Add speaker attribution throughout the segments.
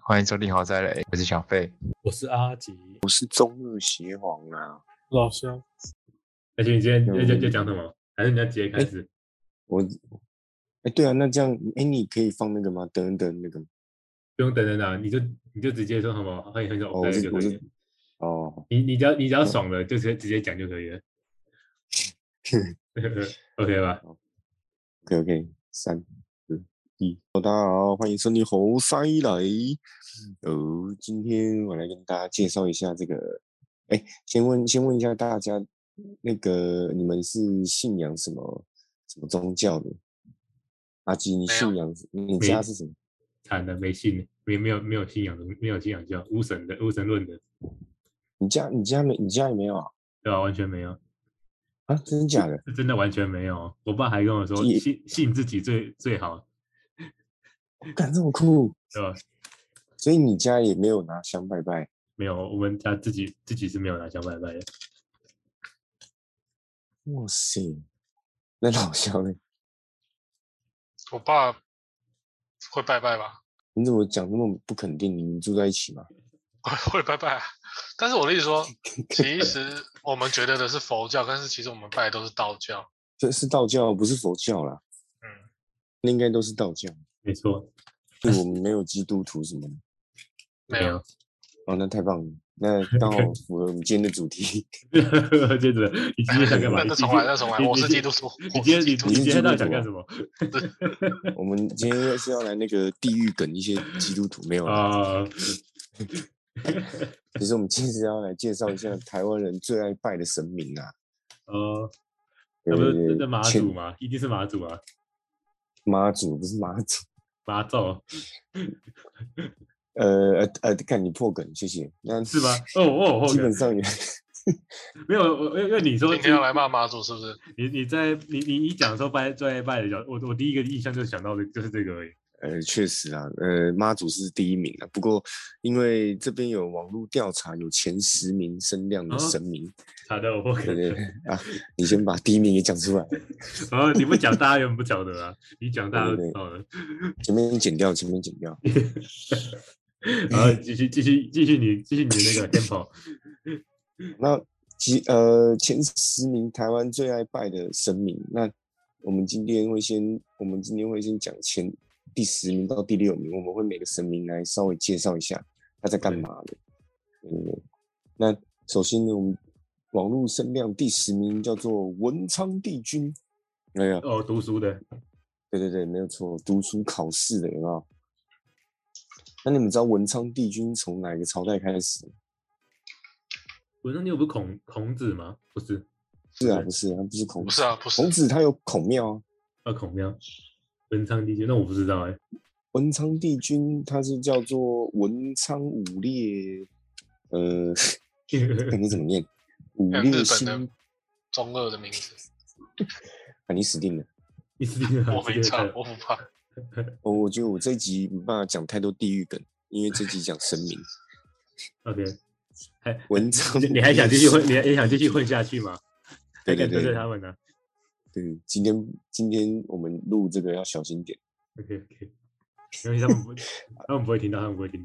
Speaker 1: 欢迎收听豪宅雷，我是小费。
Speaker 2: 我是阿吉，
Speaker 3: 我是中日协皇啊。
Speaker 2: 老乡。而且你今天要讲什么？还是你要直接开始？
Speaker 3: 对啊，那这样，你可以放那个吗？等那个。
Speaker 2: 不用等啊，你就直接说什么欢迎很久
Speaker 3: 我
Speaker 2: 就可以了。
Speaker 3: 你
Speaker 2: 只要爽了，就直接讲就可以了。OK 吧
Speaker 3: ？OK， 3、2、1，大家好，欢迎收听猴塞来。今天我来跟大家介绍一下这个。先问一下大家，那个你们是信仰什么宗教的？阿基，你信仰你家是什么？
Speaker 2: 惨的没信，没有信仰的，没有信仰教，无神论的。
Speaker 3: 你家也没有啊？
Speaker 2: 对吧？完全没有
Speaker 3: 啊？真的假的？
Speaker 2: 是真的完全没有。我爸还跟我说，信自己最好。
Speaker 3: 干这么酷，
Speaker 2: 对吧？
Speaker 3: 所以你家也没有拿香拜拜？
Speaker 2: 没有，我们家自己是没有拿香拜拜的。
Speaker 3: 哇塞，那老肖呢？
Speaker 4: 我爸会拜拜吧？
Speaker 3: 你怎么讲那么不肯定？你们住在一起吗？
Speaker 4: 会拜拜啊，但是我的意思说，其实我们觉得的是佛教，但是其实我们拜的都是道教。
Speaker 3: 这是道教，不是佛教啦。那应该都是道教。
Speaker 2: 没错。
Speaker 3: 我们没有基督徒什么的。
Speaker 4: 没有。
Speaker 3: 哦，那太棒了，那刚好符合我们今天的主题。
Speaker 2: 接着，你今天想干嘛？
Speaker 4: 那重来，我是基督徒。
Speaker 2: 你今天到底想干什么？
Speaker 3: 我们今天是要来那个地狱梗一些基督徒没有啦。其实我们今天是要来介绍一下台湾人最爱拜的神明啊。
Speaker 2: 那不是那马祖吗？一定是马祖啊。
Speaker 3: 妈祖不是马祖。
Speaker 2: 妈祖。
Speaker 3: 看你破梗，谢谢。那
Speaker 2: 是吗？
Speaker 3: 基本上也
Speaker 2: 没有，因为你说
Speaker 4: 今天要来骂妈祖是不是？
Speaker 2: 你讲说最爱拜的角，我第一个印象就想到的就是这个而已。
Speaker 3: 确实啊，妈祖是第一名啊。不过因为这边有网络调查，有前10名声量的神明。
Speaker 2: 好的，我破梗。
Speaker 3: 对啊，你先把第一名也讲出来。
Speaker 2: 你不讲，大家原本不晓得啊。你讲，大家都知道了。
Speaker 3: 前面剪掉。
Speaker 2: 然后继续你的那个 tempo。
Speaker 3: 那前10名台湾最爱拜的神明，那我们今天会先讲第10名到第6名，我们会每个神明来稍微介绍一下他在干嘛的。那首先呢，我们网络声量第10名叫做文昌帝君。
Speaker 2: 读书的。
Speaker 3: 对，没有错，读书考试的，有没有？那你们知道文昌帝君从哪个朝代开始？
Speaker 2: 文昌帝君不是孔子吗？不是。
Speaker 3: 不是，他不是孔子。
Speaker 4: 不是啊，不是。
Speaker 3: 孔子他有孔庙啊。
Speaker 2: 孔庙。文昌帝君，那我不知道
Speaker 3: 文昌帝君他是叫做文昌武烈，看你怎么念？武烈星。
Speaker 4: 日本的中二的名字。
Speaker 3: 你死定了。
Speaker 4: 我没差，我不怕。
Speaker 3: 我觉得我这一集没办法讲太多地狱梗，因为这集讲神明。
Speaker 2: OK。
Speaker 3: 文昌，
Speaker 2: 你还想继续混？你也想继续混下去吗？
Speaker 3: 对，
Speaker 2: 得罪他们呢。
Speaker 3: 对，今天我们录这个要小心点。
Speaker 2: OK， 因为他们不会听到，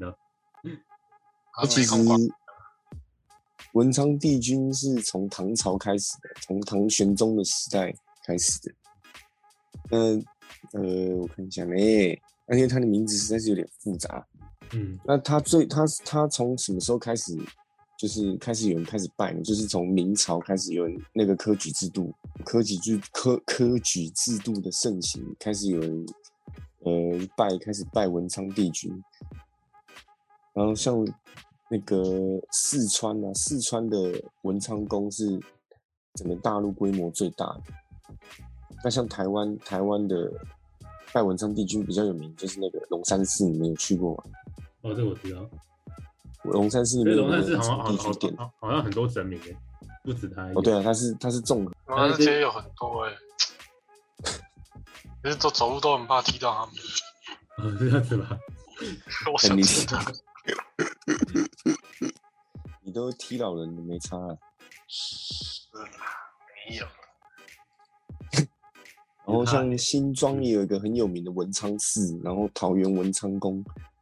Speaker 3: 其实文昌帝君是从唐朝开始的，从唐玄宗的时代开始的。我看一下因为他的名字实在是有点复杂。那他从什么时候开始，就是开始有人开始拜呢？就是从明朝开始有人那个科举制度的盛行，开始有人开始拜文昌帝君。然后像那个四川的文昌宫是整个大陆规模最大的。那像台湾的拜文昌帝君比较有名，就是那个龙山寺，你们有去过吗？
Speaker 2: 这个我知道。
Speaker 3: 龙山寺里面，
Speaker 2: 龙山寺好像很多神明不止他。
Speaker 3: 对啊，他是综合。
Speaker 4: 龙山寺街有很多可是走路都很怕踢到他们。
Speaker 2: 这样子吧。
Speaker 4: 我想知道。
Speaker 3: 你都踢老人，你没差啊。
Speaker 4: 没有。
Speaker 3: 然后像新庄也有一个很有名的文昌寺，然后桃园文昌宫，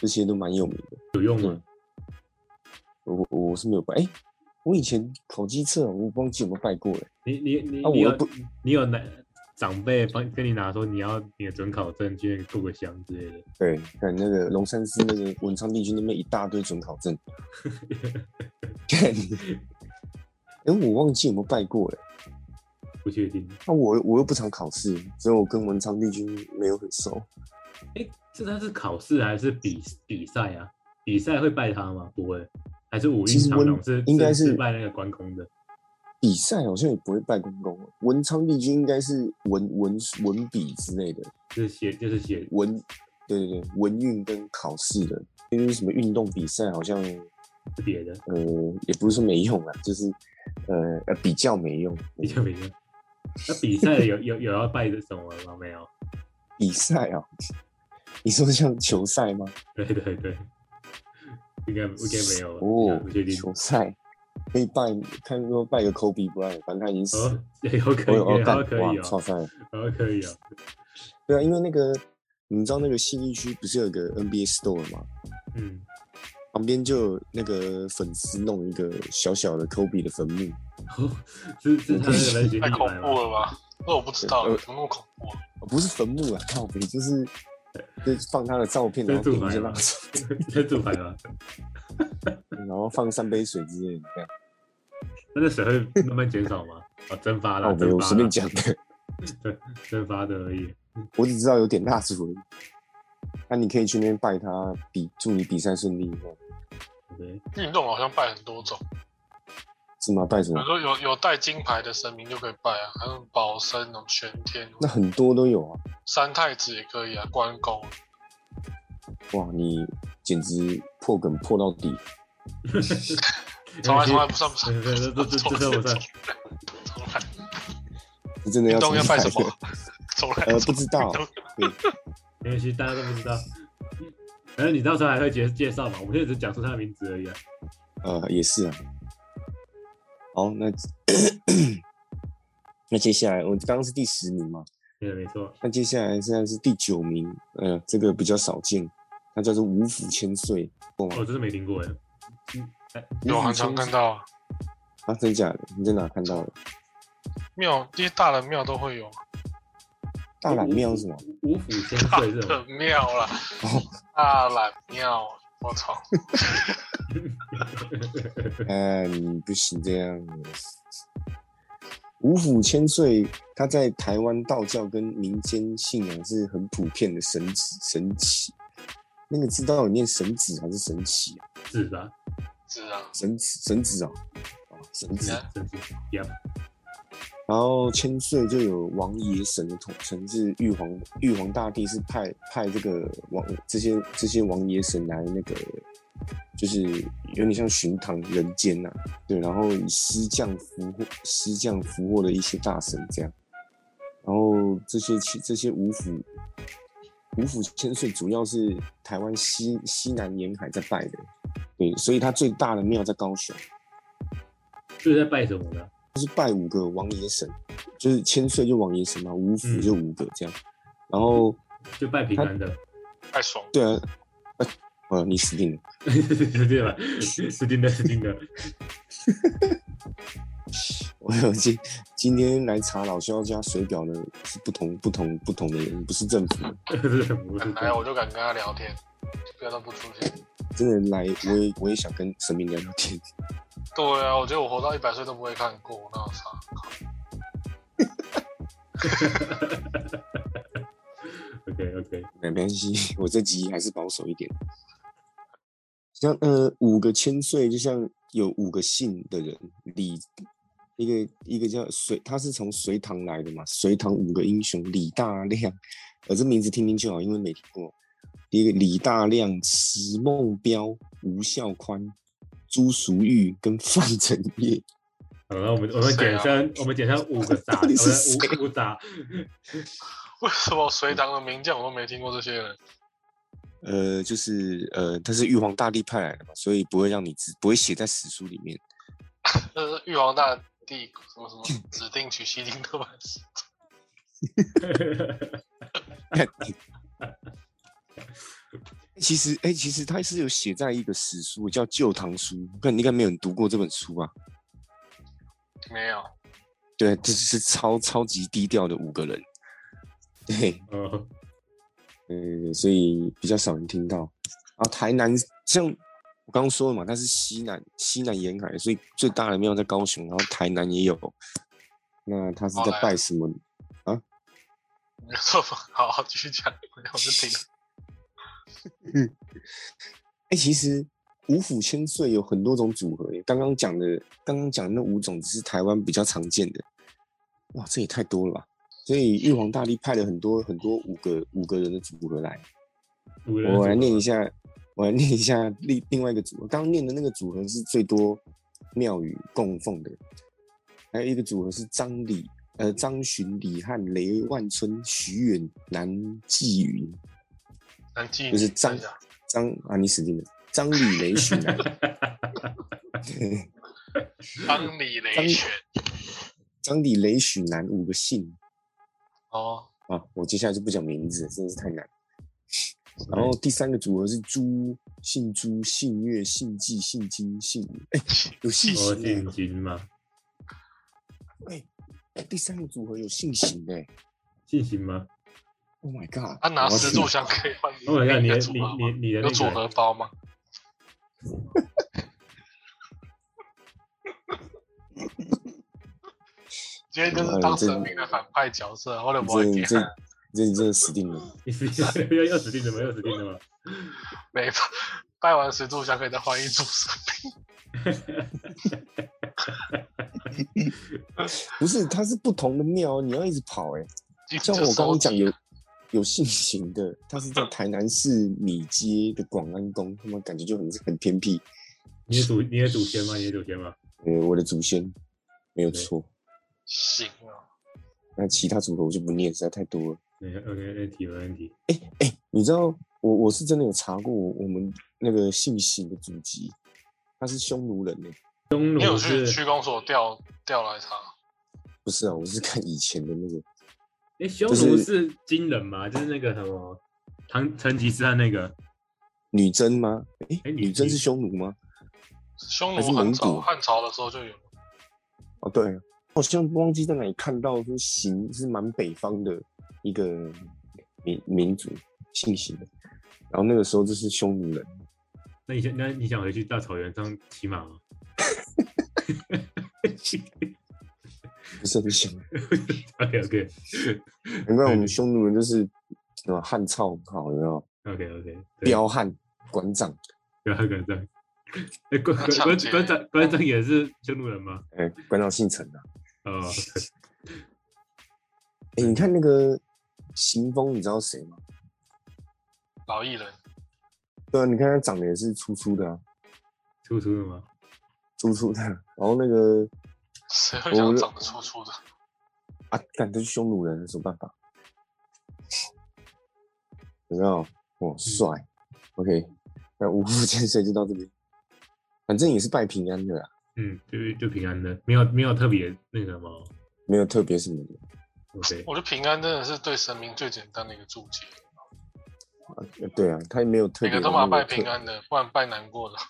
Speaker 3: 这些都蛮有名的。
Speaker 2: 有用吗？
Speaker 3: 我是没有拜，我以前考机测，我忘记有没有拜过了。
Speaker 2: 你有哪长辈跟你拿说你要你的准考证去过个香之类的？
Speaker 3: 对，看那个龙山寺那个文昌帝君那边一大堆准考证，看，我忘记有没有拜过了。
Speaker 2: 不确定。
Speaker 3: 那我又不常考试，所以我跟文昌帝君没有很熟。
Speaker 2: 他是考试还是比赛啊？比赛会拜他吗？不会，还是武
Speaker 3: 其实
Speaker 2: 运长龙
Speaker 3: 应该是
Speaker 2: 拜那个关公的。
Speaker 3: 比赛好像也不会拜关公，文昌帝君应该是文笔之类的，
Speaker 2: 就是写
Speaker 3: 文，对，文运跟考试的，因为什么运动比赛好像
Speaker 2: 是别的，
Speaker 3: 也不是说没用啊，就是比较没用，
Speaker 2: 比较没用。那比赛有要拜的什么吗？没有。
Speaker 3: 比赛啊，你说像球赛吗？
Speaker 2: 对，应该没有
Speaker 3: 哦，
Speaker 2: 不确定。
Speaker 3: 球赛可以看说拜个 Kobe Bryant，反正他已经死了。
Speaker 2: 可以哦，
Speaker 3: 超赛，
Speaker 2: 可以哦。
Speaker 3: 对啊，因为那个你知道那个信义区不是有个 NBA Store 吗？旁边就有那个粉丝弄一个小小的 Kobe 的坟墓。
Speaker 2: 是他那个人形
Speaker 4: 太恐
Speaker 2: 立牌吗？
Speaker 4: 怖了吧？那我不知道，怎么那么恐怖啊？
Speaker 3: 不是坟墓啊，靠北，就是放他的照片，然后点一些蜡烛，
Speaker 2: 真主牌吗？
Speaker 3: 然后放3杯水之类的，这样。
Speaker 2: 那水会慢慢减少吗？蒸发了，
Speaker 3: 没有，我随便讲的，
Speaker 2: 对，蒸发的而已。
Speaker 3: 我只知道有点蜡烛而已。那你可以去那边拜他，祝你比赛顺利。
Speaker 4: 运动好像拜很多种，
Speaker 3: 是吗？拜什么？
Speaker 4: 比如说有带金牌的神明就可以拜啊，还有保生、玄天，
Speaker 3: 那很多都有啊。
Speaker 4: 三太子也可以啊，关公。
Speaker 3: 哇，你简直破梗破到底！
Speaker 4: 从来不算，
Speaker 2: 这不算。
Speaker 4: 重来。
Speaker 3: 你真的要
Speaker 4: 运动要拜什么？
Speaker 3: 不知道。
Speaker 2: 没关系，大家都不知道。反正你到时候还会介绍嘛，我们现在只讲出他的名字而已啊。
Speaker 3: 也是啊。好，那接下来我刚刚是第10名嘛？
Speaker 2: 对，没错。
Speaker 3: 那接下来现在是第9名，这个比较少见，它叫做五府千岁。
Speaker 2: 我真的没听过哎。
Speaker 4: 有很常看到
Speaker 3: 啊？真假的？你在哪看到的？
Speaker 4: 庙，这些大人庙都会有。
Speaker 3: 大懒庙是什么？
Speaker 2: 五府千岁是什么？
Speaker 4: 庙啦，大懒庙，我操！
Speaker 3: 你不行这样。五府千岁，它在台湾道教跟民间信仰是很普遍的神祇。那个字到底念神子还是神祇啊？
Speaker 2: 子吧，
Speaker 4: 子啊，
Speaker 3: 神子啊，神子。然后千岁就有王爷神的统称，是玉皇大帝是派这个这些王爷神来那个，就是有点像巡堂人间呐，对，然后以施降福祸的一些大神这样，然后这些五府千岁主要是台湾西南沿海在拜的，对，所以它最大的庙在高雄。
Speaker 2: 这是在拜什么呢？
Speaker 3: 就是拜5个王爷神，就是千岁就王爷神嘛，五府就5个这样，然后
Speaker 2: 就拜平安的，
Speaker 4: 太爽。
Speaker 3: 对啊，你死定了，
Speaker 2: 死定了。
Speaker 3: 我有今天来查老萧家水表的是不同的人，不是政府的。
Speaker 4: 来我就敢跟他聊天，不要他不出现。
Speaker 3: 真的来，我也想跟神明聊聊天。
Speaker 4: 对啊，我觉得我活到100岁都不会看过，那有啥？
Speaker 2: OK，
Speaker 3: 没关系，我这集还是保守一点。像5个千岁，就像有5个姓的人，一个叫他是从隋唐来的嘛，隋唐5个英雄李大亮，这名字听听就好，因为没听过。第一个李大亮、迟梦标、吴孝宽、朱淑玉跟范成业。
Speaker 2: 好，那我们简称5个杂，五杂。
Speaker 4: 为什么隋唐的名将我都没听过这些人？
Speaker 3: 就是他是玉皇大帝派来的嘛，所以不会写在史书里面。
Speaker 4: 这是玉皇大帝什么指定取西丁特版史。
Speaker 3: 其实他是有写在一个史书叫《旧唐书》，但应该没有人读过这本书吧？
Speaker 4: 没有。
Speaker 3: 对，这是超级低调的5个人。对，所以比较少人听到。然后台南像我刚刚说了嘛，它是西南沿海，所以最大的庙在高雄，然后台南也有。那他是在拜什么啊？
Speaker 4: 没错，好，继续讲，我就听。
Speaker 3: 其实五府千岁有很多种组合，刚刚讲的那5种只是台湾比较常见的。哇，这也太多了吧！所以玉皇大帝派了很多五个人的组合来。我来念一下另外一个组合。刚刚念的那个组合是最多庙宇供奉的，还有一个组合是张巡、李汉、雷万春、徐远、南霁云。就是张啊，你死定了！张李雷许南。
Speaker 4: 张李雷选。
Speaker 3: 张李雷许南5个姓。
Speaker 4: 哦。
Speaker 3: 啊，我接下来就不讲名字，真的是太难。然后第3个组合是姓朱、姓岳、姓纪、姓金、姓武。有姓邢的。
Speaker 2: 姓金吗？
Speaker 3: 第3个组合有姓邢的。
Speaker 2: 姓邢吗
Speaker 3: ？Oh my god！
Speaker 4: 他拿10炷香可以换
Speaker 2: ？Oh my god！ 你的
Speaker 4: 有组合包吗？今天就是当神明的反派角色，我的妈呀！
Speaker 3: 这真的死定了！
Speaker 2: 又死定了吗？
Speaker 4: 没拜完10炷香可以再换1组神
Speaker 3: 明。不是，它是不同的庙，你要一直跑像我刚刚讲有姓邢的，他是在台南市米街的广安宫，他们感觉就很偏僻。
Speaker 2: 你的祖先吗？
Speaker 3: 我的祖先没有错。
Speaker 4: 行啊。
Speaker 3: 那其他组合我就不念，实在太多了。
Speaker 2: OK， 没问题。
Speaker 3: 你知道我是真的有查过我们那个姓邢的祖籍，他是匈奴人
Speaker 2: 匈奴
Speaker 4: 你有去区公所调来查？
Speaker 3: 不是啊，我是看以前的那个。
Speaker 2: 匈奴是金人吗？就是那个什么成吉思汗那个
Speaker 3: 女真吗？女真是匈奴吗？
Speaker 4: 匈奴很早，汉朝的时候就有。
Speaker 3: 哦，对，好像忘记在哪里看到说邢是蛮北方的一个民族，姓邢的。然后那个时候就是匈奴人。
Speaker 2: 那你想回去大草原上骑马吗？
Speaker 3: 不是很想。
Speaker 2: OK，
Speaker 3: 难怪我们匈奴人就是汉操好，有没有
Speaker 2: ？OK，
Speaker 3: 彪悍馆长。
Speaker 2: 馆长。馆长也是匈奴人吗？
Speaker 3: 馆长姓陈啊。
Speaker 2: 哦。
Speaker 3: 你看那个邢封，你知道谁吗？
Speaker 4: 老艺人。
Speaker 3: 对啊，你看他长得也是粗粗的啊。
Speaker 2: 粗粗的吗？
Speaker 3: 粗粗的。然后那个
Speaker 4: 谁会想长得粗粗的
Speaker 3: 啊？干，这是匈奴人，有什么办法？有没有？帅。OK， 那五府千岁就到这边，反正也是拜平安的啦。
Speaker 2: 就平安的，没有特别那个吗？
Speaker 3: 没有特别什么的。
Speaker 2: OK，
Speaker 4: 我觉得平安真的是对神明最简单的一个注解。
Speaker 3: 对啊，他也没有特别。
Speaker 4: 每个都嘛拜平安的，不然拜难过的。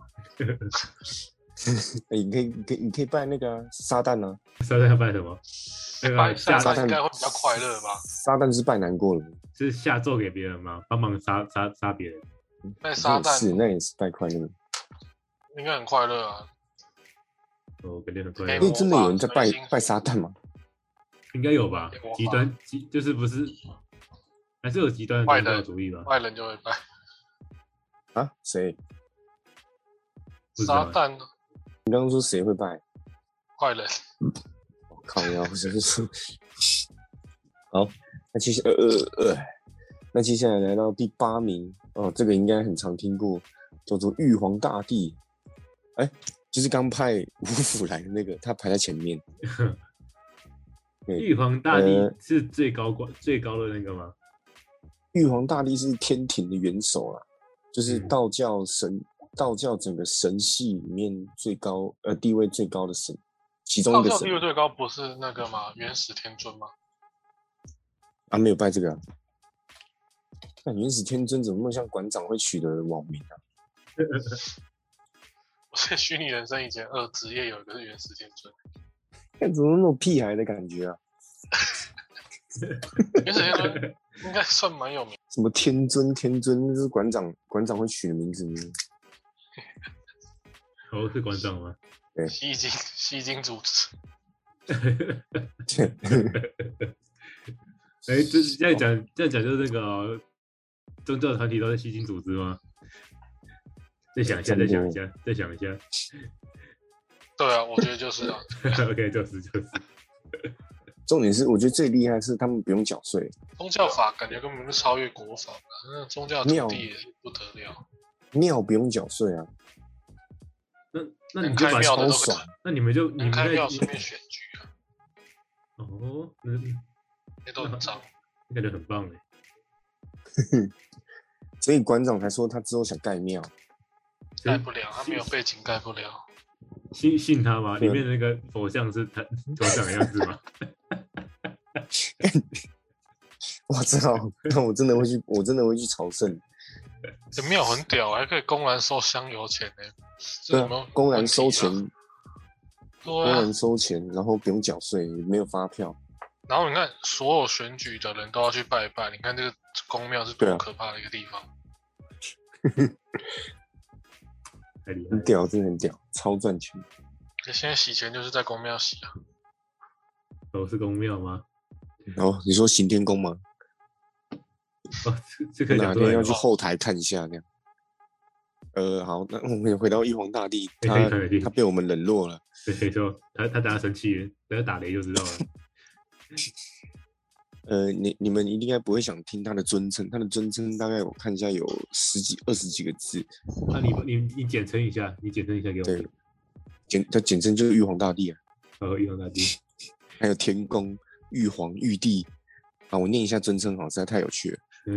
Speaker 3: 你可以拜那个撒旦啊。
Speaker 2: 撒旦要拜什么？
Speaker 4: 拜撒旦应该会比较快乐吧？
Speaker 3: 撒旦是拜难过了。
Speaker 2: 是下咒给别人吗？帮忙杀别人。
Speaker 4: 拜撒旦
Speaker 3: 那也是拜快乐。
Speaker 4: 应该很快乐啊。
Speaker 2: 感觉很快乐。
Speaker 3: 因为真的有人在拜撒旦吗？
Speaker 2: 应该有吧？就是不是？还是有极端的宗教主义吧？
Speaker 4: 外人就会拜。
Speaker 3: 啊？谁？
Speaker 4: 撒旦。
Speaker 3: 你刚刚说谁会拜？
Speaker 4: 坏人。
Speaker 3: 靠腰，真是。好，那接下来来到第8名哦，这个应该很常听过，叫做玉皇大帝。就是刚派五府来的那个，他排在前面。
Speaker 2: 玉皇大帝是最高的那个吗？
Speaker 3: 玉皇大帝是天庭的元首啊，就是道教整个神系里面地位最高的神，其中一个神。
Speaker 4: 道教地位最高不是那个吗？元始天尊吗？
Speaker 3: 啊，没有拜这个啊。 但原始天尊怎么那么像馆长会取的网名啊？
Speaker 4: 我在虚拟人生以前职业有一个是原始天尊，
Speaker 3: 看怎么那么屁孩的感觉啊？
Speaker 4: 原始天尊应该算蛮有名。
Speaker 3: 什么天尊，那是馆长会取的名字吗？
Speaker 2: 哦，是馆长吗？
Speaker 3: 对，
Speaker 4: 吸金组织。
Speaker 2: 哎，这样讲就是那个宗教团体都是吸金组织吗？再想一下。
Speaker 4: 对啊，我觉得就是啊。
Speaker 2: OK， 就是。
Speaker 3: 重点是，我觉得最厉害是他们不用缴税。
Speaker 4: 宗教法感觉根本就超越国法，那宗教土地也不得了。
Speaker 3: 庙不用缴税啊。
Speaker 2: 那你就把
Speaker 4: 超
Speaker 3: 爽。
Speaker 2: 那你们
Speaker 4: 开庙顺便选举啊。
Speaker 2: 哦，
Speaker 4: 那都很脏，
Speaker 2: 感觉很棒哎。
Speaker 3: 所以馆长才说他之后想盖庙，
Speaker 4: 盖不了，他没有背景盖不了。
Speaker 2: 信他吗？里面那个佛像是他佛像的样子吗？
Speaker 3: 我操！那我真的会去朝圣。
Speaker 4: 这庙很屌，还可以公然收香油钱呢。
Speaker 3: 对啊，公然收钱。公然收钱，然后不用缴税，也没有发票。
Speaker 4: 然后你看，所有选举的人都要去拜拜。你看这个公庙是多可怕的一个地方。
Speaker 3: 很屌，真的很屌，超赚钱。
Speaker 4: 现在洗钱就是在公庙洗啊。
Speaker 2: 哦，是公庙吗？
Speaker 3: 哦，你说行天宫吗？
Speaker 2: 哦，这可以
Speaker 3: 哪天要去后台看一下那样。好，那我们回到玉皇大帝，他被我们冷落了。
Speaker 2: 对，没错，他等下生气了，等下打雷就知道了。
Speaker 3: 你们应该不会想听他的尊称，他的尊称大概我看一下有10几20几个字。
Speaker 2: 那你简称一下，给我。
Speaker 3: 对，简称就是玉皇大帝啊。
Speaker 2: 玉皇大帝，
Speaker 3: 还有天公、玉皇、玉帝啊，我念一下尊称好，实在太有趣了。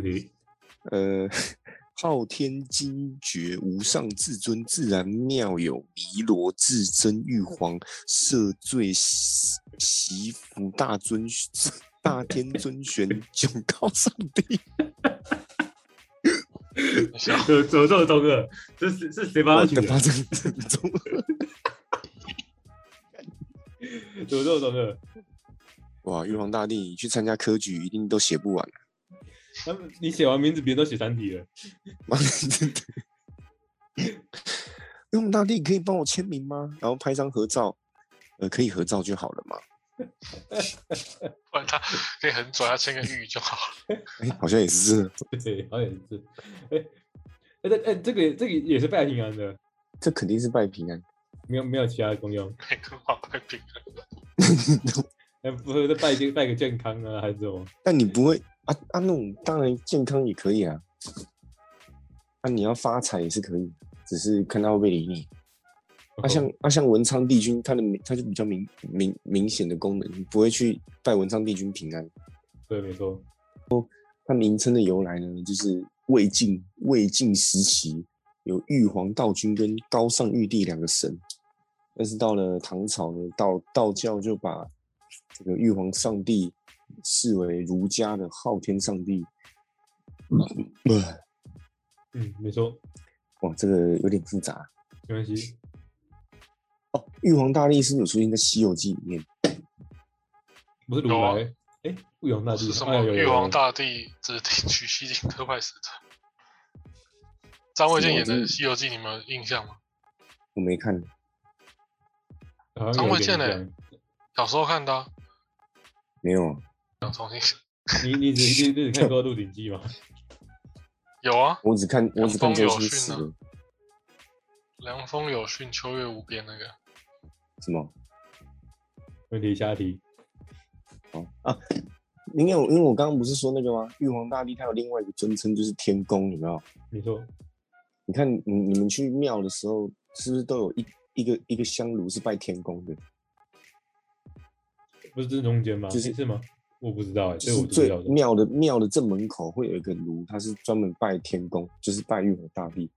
Speaker 3: 昊天精绝无上至尊，自然妙有弥罗至真玉皇赦罪祈福大天尊玄迥高上帝。
Speaker 2: 怎么这么中二？这是谁帮他取的？
Speaker 3: 中二。
Speaker 2: 怎么这么中二？
Speaker 3: 哇，玉皇大帝，你去参加科举一定都写不完。
Speaker 2: 你写完名字，别人都写3题了。
Speaker 3: 玉皇大帝可以帮我签名吗？然后拍张合照，可以合照就好了嘛。
Speaker 4: 不然他可以很拽，他签个玉就好了。
Speaker 3: 好像也是。
Speaker 2: 对，好像也是。这个也是拜平安的。
Speaker 3: 这肯定是拜平安，
Speaker 2: 没有其他的功用。
Speaker 4: 更好拜平安。
Speaker 2: 不是拜个健康啊，还是什么？
Speaker 3: 但你不会啊？那种当然健康也可以啊。你要发财也是可以，只是看他会不会理你。像文昌帝君，他就比较明显的功能，你不会去拜文昌帝君平安。
Speaker 2: 对，没错。
Speaker 3: 它名称的由来呢，就是魏晋时期有玉皇道君跟高上玉帝2个神，但是到了唐朝呢，道教就把这个玉皇上帝视为儒家的昊天上帝。
Speaker 2: 没错。
Speaker 3: 哇，这个有点复杂。
Speaker 2: 没关系。
Speaker 3: 玉皇大帝是有出现在《西游记》里面，
Speaker 2: 不是如来？玉皇大帝
Speaker 4: 是什么？玉皇大帝指定取西京特派使者。张卫健演的《西游记》，你们有印象吗？
Speaker 3: 我没看。
Speaker 4: 张卫健的，小时候看的。
Speaker 3: 没有。
Speaker 4: 要重新。
Speaker 2: 你只看过《鹿鼎记》吗？
Speaker 4: 有啊，
Speaker 3: 我只看周星驰的。
Speaker 4: 凉风有讯，秋月无边那个。
Speaker 3: 什么？
Speaker 2: 问题下题。
Speaker 3: 因为我刚刚不是说那个吗？玉皇大帝他有另外一个尊称，就是天公，有没有？
Speaker 2: 没错。
Speaker 3: 你看你们去庙的时候，是不是都有一个香炉是拜天公的？
Speaker 2: 不是正中间吗？是吗？我不知道
Speaker 3: 就是庙的正门口会有一个炉，它是专门拜天公，就是拜玉皇大帝。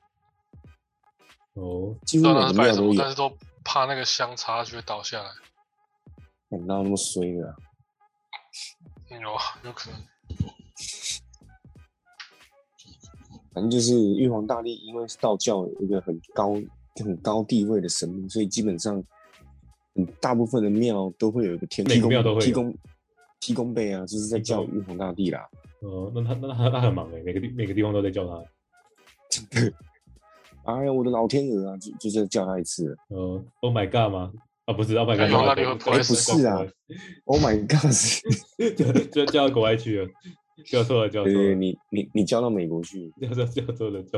Speaker 3: 几乎每个庙都有，
Speaker 4: 但是都怕那个香插下去会倒下来。
Speaker 3: 哪有那么衰的啊？
Speaker 4: 有啊，有可能。
Speaker 3: 反正就是玉皇大帝，因为是道教一个很高地位的神明，所以基本上大部分的庙都会有一个
Speaker 2: 每个庙都会有
Speaker 3: 提供碑啊，就是在叫玉皇大帝啦。
Speaker 2: 那他很忙哎，每个地方都在叫他。
Speaker 3: 哎呀，我的老天鹅啊，就是叫他一次。
Speaker 2: Oh my god 吗？啊，不是 ，Oh my god，
Speaker 3: 不是啊 ，Oh my god 是
Speaker 2: 就叫到国外去了，叫错了。
Speaker 3: 对，你叫到美国去，
Speaker 2: 叫错了。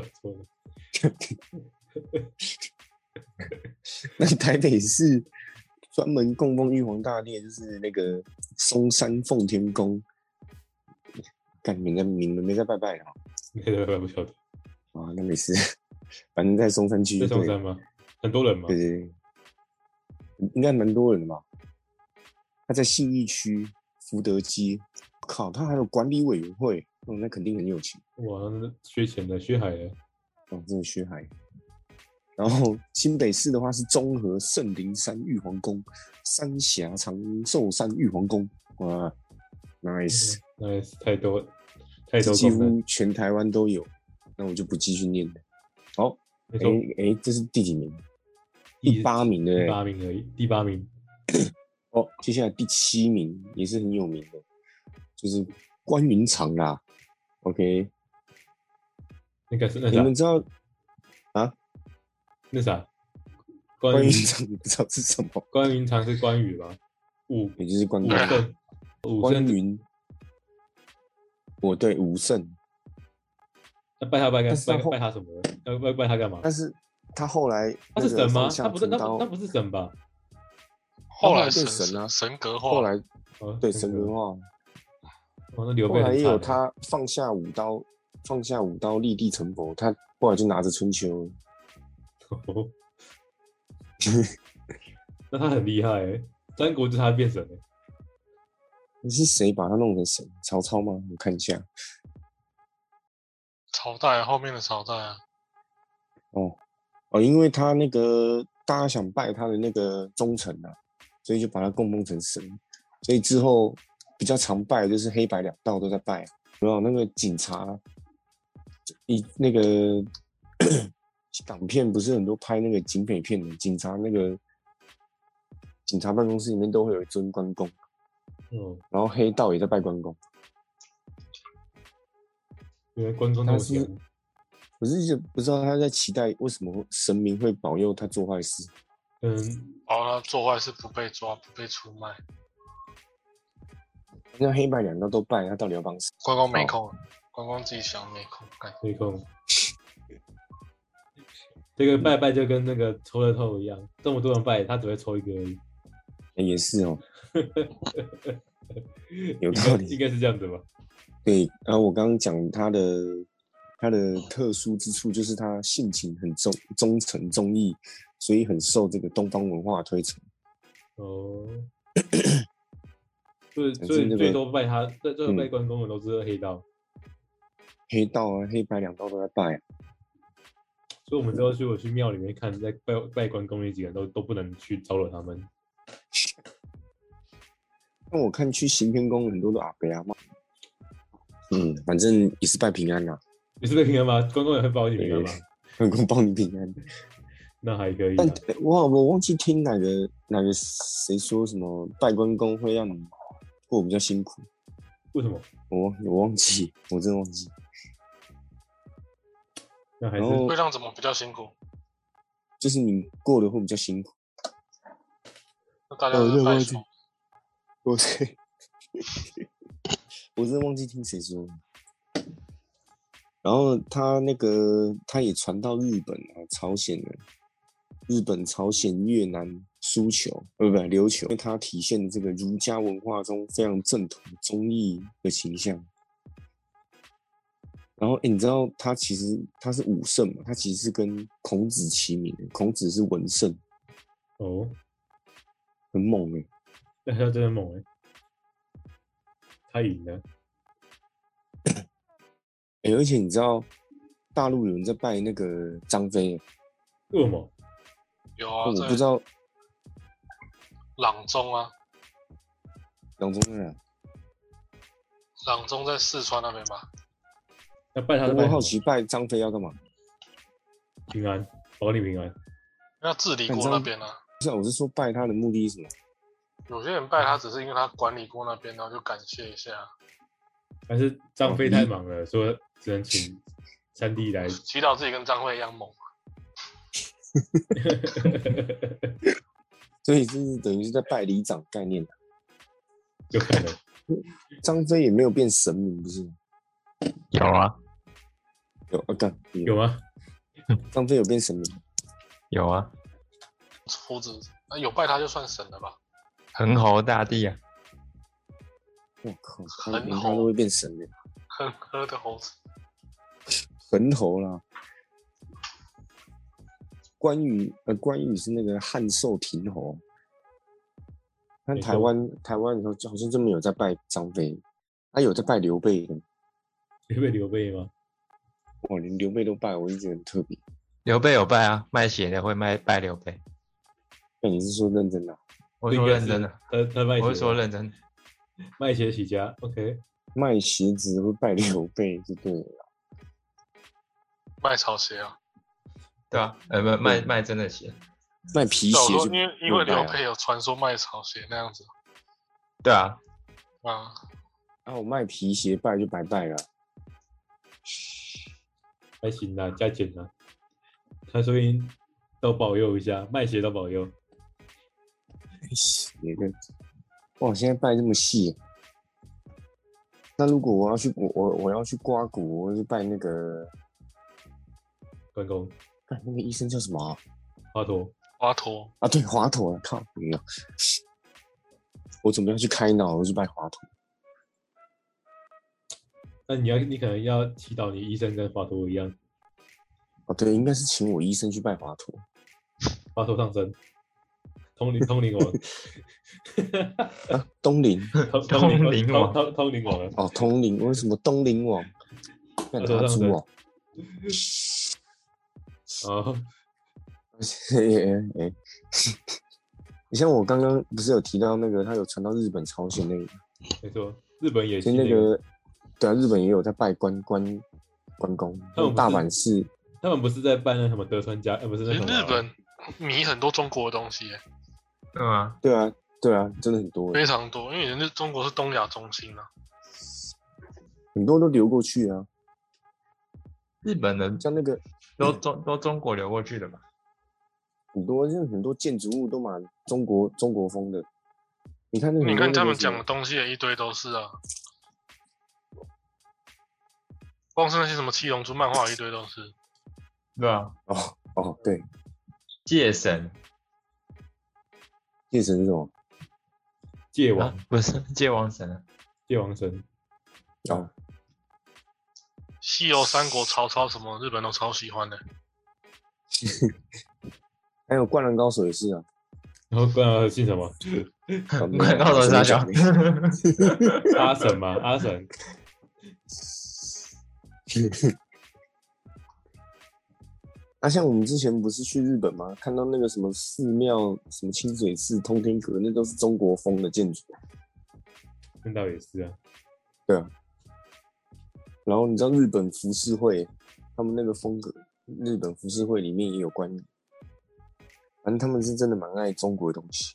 Speaker 3: 那台北市专门供奉玉皇大帝，就是那个松山奉天宫。干，你们没在拜拜啊？
Speaker 2: 没在拜拜，不晓得。
Speaker 3: 啊，那没事，反正在松山区。
Speaker 2: 在松山吗？很多人吗？
Speaker 3: 对，应该蛮多人的吧。他在信义区福德街，靠，他还有管理委员会，那肯定很有钱。
Speaker 2: 哇，那缺钱的，缺海的。
Speaker 3: 真的缺海。然后新北市的话是中和圣灵山玉皇宫、三峡长寿山玉皇宫。哇 ，nice，
Speaker 2: 太多，
Speaker 3: 几乎全台湾都有。那我就不继续念了。好，这是第几名？第8名的。
Speaker 2: 第8名而已，第8名。
Speaker 3: 哦，接下来第7名也是很有名的，就是关云长啦。OK，
Speaker 2: 那个是那啥？
Speaker 3: 你们知道啊？
Speaker 2: 那啥？
Speaker 3: 关云长你不知道是什么？
Speaker 2: 关云长是关羽吧？
Speaker 3: 也就是关云。对，武圣。
Speaker 2: 拜他什么？要拜他干嘛？
Speaker 3: 但是他后来
Speaker 2: 他是神吗？他不是神吧？
Speaker 4: 后来
Speaker 3: 变神啊，
Speaker 4: 神格化。
Speaker 3: 后来对神格化。
Speaker 2: 那刘备
Speaker 3: 后来也有他放下武刀立地成佛，他后来就拿着春秋。
Speaker 2: 那他很厉害哎，三国就是他变神哎。
Speaker 3: 你是谁把他弄成神？曹操吗？我看一下。
Speaker 4: 朝代后面的朝代啊。
Speaker 3: 因为他那个大家想拜他的那个忠臣啊，所以就把他供奉成神。所以之后比较常拜的就是黑白两道都在拜。有没有那个警察？那个港片不是很多拍那个警匪片的警察，那个警察办公室里面都会有一尊关公。然后黑道也在拜关公。
Speaker 2: 因为关公那么强，
Speaker 3: 我是一直不知道他在期待为什么神明会保佑他做坏事。
Speaker 4: 他做坏事不被抓，不被出卖。
Speaker 3: 那黑白两道都拜，他到底要帮谁？
Speaker 4: 关公没空，关公自己想没空，
Speaker 2: 没空。这个拜就跟那个抽乐透一样，这么多人拜，他只会抽一个而已。
Speaker 3: 也是哦，有道理，
Speaker 2: 应该是这样子吧。
Speaker 3: 对，然后我刚刚讲他的特殊之处，就是他性情很忠诚忠义，所以很受这个东方文化推崇。
Speaker 2: 所以最多拜他，最多拜关公的都是黑道。
Speaker 3: 黑道啊，黑白两道都在拜啊。
Speaker 2: 所以我们之后我去庙里面看，在拜关公那几个人都不能去招惹他们。
Speaker 3: 那我看去行天宫很多都阿伯阿嬷。反正也是拜平安啦。
Speaker 2: 也是拜平安吗？关公也会保你平安吗？
Speaker 3: 关公保你平安。那
Speaker 2: 还可以。
Speaker 3: 但我忘记听哪个谁说什么拜关公会让你过比较辛苦。
Speaker 2: 为什么？
Speaker 3: 我忘记，我真的忘记。
Speaker 2: 那还是
Speaker 4: 会让怎么比较辛苦？
Speaker 3: 就是你过得会比较辛苦。
Speaker 4: 那大家都是拜什么？
Speaker 3: 我真的忘记听谁说的。然后他也传到日本啊、朝鲜了。日本、朝鲜、越南输球，琉球，因为它体现的这个儒家文化中非常正统忠义的形象。然后你知道他其实他是武圣嘛，他其实是跟孔子齐名的，孔子是文圣。很猛
Speaker 2: 他真的猛他赢了。
Speaker 3: 而且你知道大陆有人在拜那个张飞。
Speaker 2: 为什么？
Speaker 4: 有啊，
Speaker 3: 我不知道。
Speaker 4: 郎中啊。
Speaker 3: 郎中在哪？
Speaker 4: 郎中在四川那边吧。
Speaker 2: 要拜他的拜什么
Speaker 3: 我好奇拜张飞要干嘛？
Speaker 2: 平安，保你平安。
Speaker 4: 要治理过那边啊。
Speaker 3: 不是啊，我是说拜他的目的是什么？
Speaker 4: 有些人拜他只是因为他管理过那边，然后就感谢一下。
Speaker 2: 但是张飞太忙了，说只能请三弟来。
Speaker 4: 祈祷自己跟张飞一样猛。
Speaker 3: 所以这是等于是在拜里长概念。
Speaker 2: 有可能。
Speaker 3: 张飞也没有变神明，不是？
Speaker 1: 有啊，
Speaker 3: 有啊，干
Speaker 2: 有吗？
Speaker 3: 张飞有变神明？
Speaker 1: 有啊，
Speaker 4: 猴子有拜他就算神了吧？
Speaker 1: 恒侯大帝啊，
Speaker 3: 我靠，
Speaker 4: 恒
Speaker 3: 连他都会变神的，
Speaker 4: 很喝的猴子。
Speaker 3: 恒侯啦。关羽是那个汉寿亭侯。但台湾的时候好像真没有在拜张飞，他有在拜刘备的。
Speaker 2: 刘备吗？
Speaker 3: 哇，连刘备都拜，我就觉得很特别。
Speaker 1: 刘备有拜啊，卖血的会拜刘备。
Speaker 3: 那你是说认真的？
Speaker 1: 我说认真的，
Speaker 2: 他卖血，
Speaker 1: 我是说认真的，
Speaker 2: 卖血起家。OK，
Speaker 3: 卖鞋子会拜刘备就对了。
Speaker 4: 卖草鞋啊？
Speaker 1: 对啊，卖真的血，
Speaker 3: 卖皮鞋就
Speaker 4: 因为刘备有传说卖草鞋那样子。
Speaker 1: 对啊，
Speaker 4: 啊，
Speaker 3: 我卖皮鞋拜就拜了。
Speaker 2: 还行啦，加减啦。他说不都保佑一下，卖鞋都保佑。
Speaker 3: 鞋的，哇，现在拜这么细。那如果我要去刮骨，我就拜那个
Speaker 2: 关公。
Speaker 3: 那个医生叫什么啊？
Speaker 2: 华佗
Speaker 3: 啊，对，华佗啊，靠，没有。我准备要去开脑，我就拜华佗。
Speaker 2: 那你可能要祈祷你医生跟华佗一样。
Speaker 3: 哦，对，应该是请我医生去拜华佗。
Speaker 2: 华佗上身，通灵王。
Speaker 3: 啊，东陵
Speaker 2: 王。通灵王。
Speaker 3: 哦，通灵，为什么东陵王？干他猪哦。
Speaker 2: 哦。
Speaker 3: 你像我刚刚不是有提到那个，他有传到日本、朝鲜那个？
Speaker 2: 没错，日本也是
Speaker 3: 那个，对啊，日本也有在拜关公。大阪市，
Speaker 2: 他们不是在拜那什么德川家，不是那什么？
Speaker 4: 日本迷很多中国的东西耶。
Speaker 3: 对啊，真的很多，
Speaker 4: 非常多，因为人家中国是东亚中心啊，
Speaker 3: 很多都流过去啊。
Speaker 1: 日本人
Speaker 3: 像那个
Speaker 1: 都中国流过去的吧？
Speaker 3: 很多建筑物都蛮中国风的。你看
Speaker 4: 他们讲的东西也一堆都是啊，光是那些什么七龙珠漫画一堆都是。
Speaker 1: 对啊。
Speaker 3: 哦，对。
Speaker 1: 戒神
Speaker 3: 是什么？
Speaker 2: 戒王
Speaker 1: 不是戒王神啊，
Speaker 2: 戒王神。
Speaker 3: 哦。
Speaker 4: 西游、三国、曹操什么，日本都超喜欢的。
Speaker 3: 还有灌篮高手也是啊。
Speaker 2: 然后灌篮姓什么？
Speaker 1: 灌篮高手是他讲
Speaker 2: 阿神吗？阿神。
Speaker 3: 像我们之前不是去日本吗？看到那个什么寺庙，什么清水寺、通天阁，那都是中国风的建筑。
Speaker 2: 那倒也是啊。
Speaker 3: 对啊。然后你知道日本浮世绘，他们那个风格，日本浮世绘里面也有关于，反正他们是真的蛮爱中国的东西。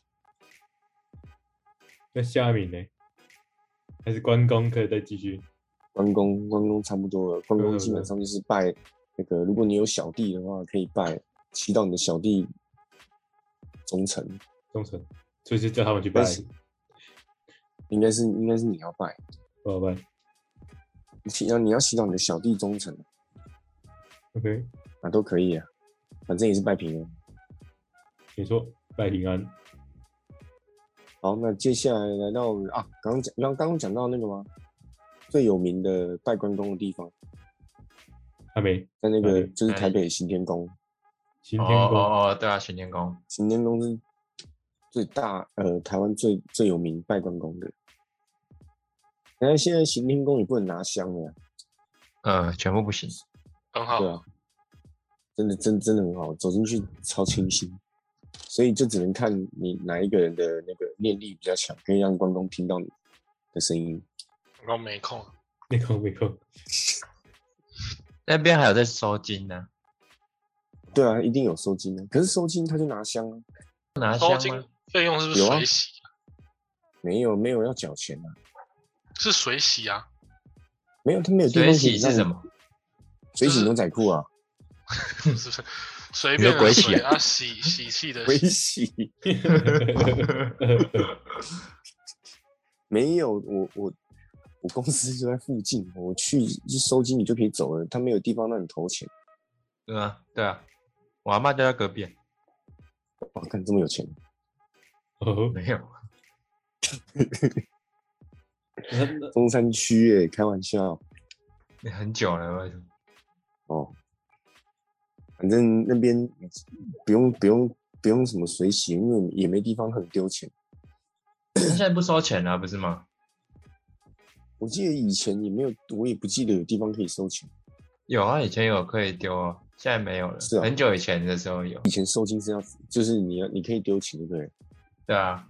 Speaker 2: 那下面呢？还是关公可以再继续？
Speaker 3: 关公差不多了，关公基本上就是拜那个，如果你有小弟的话，可以拜，祈祷你的小弟忠诚，
Speaker 2: 所以就叫他们去拜。
Speaker 3: 应该是你要拜，
Speaker 2: 我要拜。
Speaker 3: 你要祈祷你的小弟忠诚。
Speaker 2: OK，
Speaker 3: 都可以啊，反正也是拜平安。
Speaker 2: 没错，拜平安。
Speaker 3: 好，那接下来来到刚刚讲到那个吗？最有名的拜关公的地方，
Speaker 2: 还没
Speaker 3: 在那个就是台北行天宫。
Speaker 2: 行天宫
Speaker 1: 对啊，行天宫。
Speaker 3: 行天宫是最大台湾最有名拜关公的。但现在行天宫也不能拿香了。
Speaker 1: 全部不行。
Speaker 4: 很好。
Speaker 3: 对啊，真的很好，走进去超清新。所以就只能看你哪一个人的那个念力比较强，可以让关公听到你的声音。
Speaker 4: 我没空。
Speaker 1: 那边还有在收金呢、
Speaker 3: 对啊，一定有收金啊。可是收金他就拿香啊，
Speaker 1: 拿
Speaker 4: 收金
Speaker 1: 香吗？
Speaker 4: 费用是不是
Speaker 3: 有啊
Speaker 4: 水洗？
Speaker 3: 没有要缴钱啊，
Speaker 4: 是水洗啊，
Speaker 3: 没有他没有地
Speaker 1: 水
Speaker 3: 方可以让你
Speaker 1: 洗是什么？
Speaker 3: 水洗牛仔裤啊，
Speaker 4: 是不是随
Speaker 1: 你说
Speaker 4: 便的
Speaker 1: 鬼洗
Speaker 4: 水啊？洗气的
Speaker 3: 水
Speaker 4: 洗，
Speaker 3: 洗没有我公司就在附近，我去收金你就可以走了，他没有地方让你投钱。
Speaker 1: 对啊，对啊，我阿妈就在隔壁。
Speaker 3: 哇，看这么有钱，
Speaker 2: 哦，
Speaker 1: 没有，
Speaker 3: 中山区开玩笑
Speaker 1: 很久了，为什么？
Speaker 3: 哦。反正那边不用什么水洗，因为也没地方很丢钱。
Speaker 1: 他现在不收钱了，不是吗？
Speaker 3: 我记得以前也没有，我也不记得有地方可以收钱。
Speaker 1: 有啊，以前有可以丢啊，现在没有了。
Speaker 3: 是啊
Speaker 1: 很久以前的时候有。
Speaker 3: 以前收金是要，就是你可以丢钱，对不对？
Speaker 1: 对啊，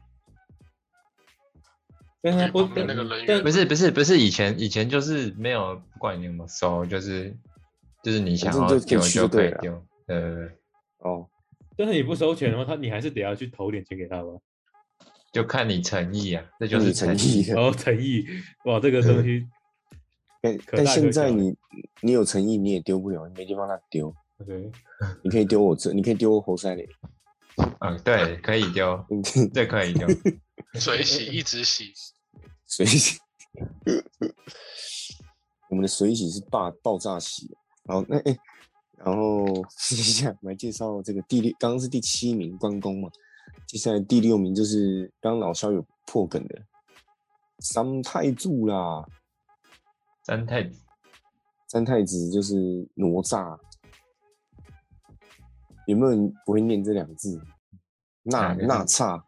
Speaker 2: 但是他不
Speaker 4: 旁边那个人
Speaker 2: 但
Speaker 4: 员
Speaker 1: 不是以前就是没有，不管你有没有收，就是你想要
Speaker 3: 反正就可以
Speaker 1: 丢就
Speaker 3: 去就对了
Speaker 1: 可以丢。对，
Speaker 3: 哦，
Speaker 2: 但是你不收钱的话，你还是得要去投点钱给他吧？
Speaker 1: 就看你诚意啊，这就
Speaker 3: 看你
Speaker 1: 是意。
Speaker 3: 诚意。
Speaker 2: 哦，诚意，哇，这个东西
Speaker 3: 但现
Speaker 2: 可大可小
Speaker 3: 在你有诚意，你也丢不了，你没地方让你丢。
Speaker 2: ，OK，
Speaker 3: 你可以丢我这，你可以丢我侯赛雷，
Speaker 1: 嗯，对，可以丢，这可以丢。
Speaker 4: 水洗一直洗，
Speaker 3: 水洗。我们的水洗是爆炸洗。好，然后接下来我们来介绍这个刚刚是第7名关公嘛，接下来第6名就是刚刚老肖有破梗的三太柱啦。三太子就是哪吒。有没有人不会念这2个字？哪吒，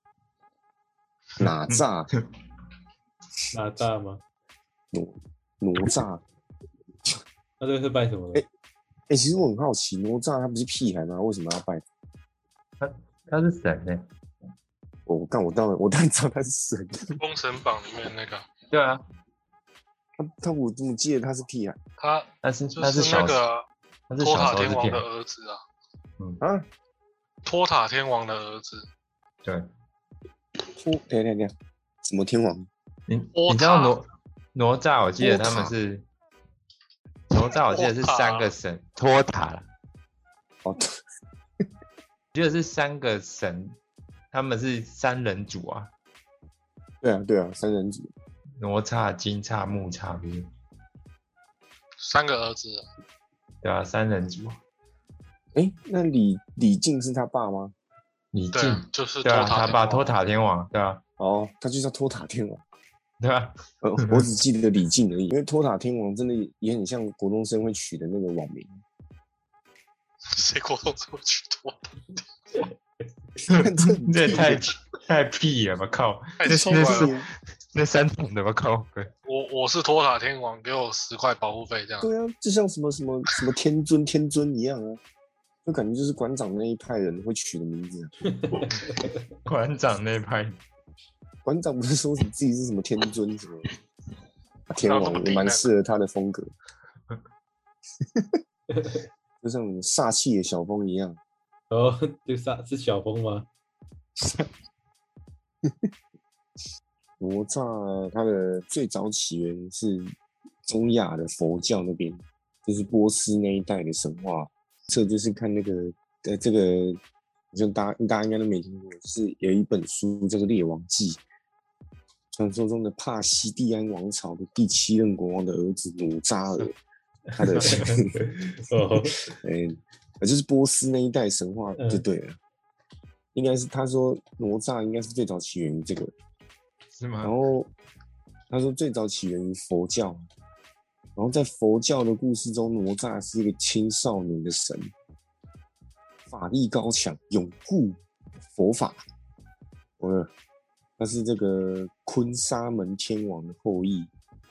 Speaker 3: 哪吒，
Speaker 2: 哪吒吗？
Speaker 3: 哪吒。
Speaker 2: 那这个是拜什么的？
Speaker 3: 其实我很好奇，哪吒他不是屁孩吗？为什么要拜？
Speaker 1: 他是神呢、
Speaker 3: 我当然知道他是神。
Speaker 4: 《封神榜》里面那个
Speaker 1: 对啊，
Speaker 3: 我怎么记得他是屁孩
Speaker 1: 他是
Speaker 4: 就是
Speaker 1: 小
Speaker 4: 那个
Speaker 1: 他是
Speaker 4: 托
Speaker 1: 小时候是骗
Speaker 4: 塔天王的儿子啊，
Speaker 3: 啊？
Speaker 4: 托塔天王的儿子，
Speaker 1: 对，
Speaker 3: 等一下，什么天王？
Speaker 1: 你知道哪吒？我记得他们是哪吒，我记得是3个神托塔了。
Speaker 3: 哦，
Speaker 1: 我记得是3个神，他们是3人组啊。
Speaker 3: 对啊，三人组。
Speaker 1: 哪吒、金吒、木吒不是？
Speaker 4: 3个儿子，
Speaker 1: 对啊，3人组。
Speaker 3: 那李靖是他爸吗？
Speaker 1: 李
Speaker 4: 对啊
Speaker 1: 靖，
Speaker 4: 就是
Speaker 1: 对啊，他
Speaker 4: 托塔天王，
Speaker 1: 爸托塔天王，对啊，
Speaker 3: 哦，他就叫托塔天王。
Speaker 1: 对啊，
Speaker 3: 我只记得李靖而已，因为托塔天王真的也很像国中生会取的那个网名。
Speaker 4: 谁国中这么去托塔？
Speaker 1: 这也太屁了吧靠！
Speaker 4: 太奇怪了。
Speaker 1: 那3种的吧靠！
Speaker 4: 我是托塔天王，给我10块保护费这样。
Speaker 3: 对啊，就像什么天尊一样啊，就感觉就是馆长那一派人会取的名字啊。
Speaker 1: 馆长那派，
Speaker 3: 馆长不是说自己是什么天尊什么天王，也蛮适合他的风格，就像煞气的小风一样。
Speaker 2: 哦，这个是小风吗？
Speaker 3: 哪吒它的最早起源是中亚的佛教那边，就是波斯那一带的神话。这就是看那个这个，好像大家应该都没听过，就是有一本书叫做《列王纪》，传说中的帕西蒂安王朝的第7任国王的儿子努扎尔，他的就是波斯那一代神话就对了。应该是他说哪吒应该是最早起源于这个。
Speaker 1: 是吗？
Speaker 3: 然后他说最早起源于佛教，然后在佛教的故事中，哪吒是一个青少年的神，法力高强，拥护佛法。他是这个坤沙门天王的后裔，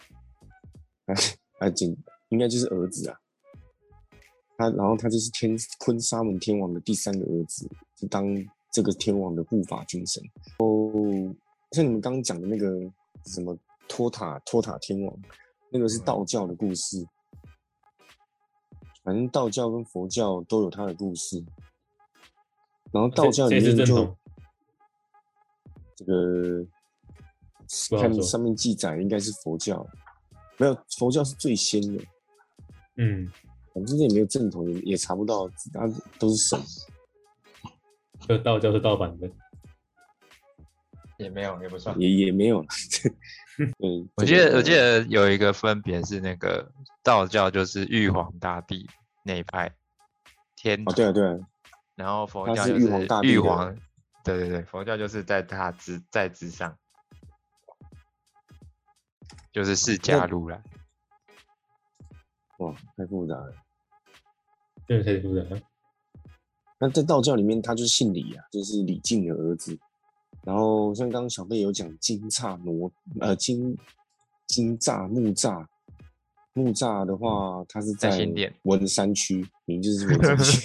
Speaker 3: 应该就是儿子啊。然后他就是坤沙门天王的第3个儿子，就当这个天王的护法军神。像你们刚刚讲的那个什么托塔天王，那个是道教的故事。 反正道教跟佛教都有它的故事。然后道教里面就这个看上面记载应该是佛教，没有佛教是最先的。反正也没有正统，也查不到，它都是神。
Speaker 2: 这道教是盗版的，
Speaker 1: 也没有，也不算，
Speaker 3: 也没有。
Speaker 1: 对，我记得有一个分别是那个道教就是玉皇大帝那一派天主，
Speaker 3: 对啊，
Speaker 1: 然后佛教就是玉皇，对，佛教就是在他在之上，就是释迦如来。
Speaker 3: 哇，太复杂了，
Speaker 2: 真的太复杂了。
Speaker 3: 那在道教里面，他就是姓李啊，就是李靖的儿子。然后像刚刚小贝有讲金吒木吒的话，他是在文山区，名就是文山区。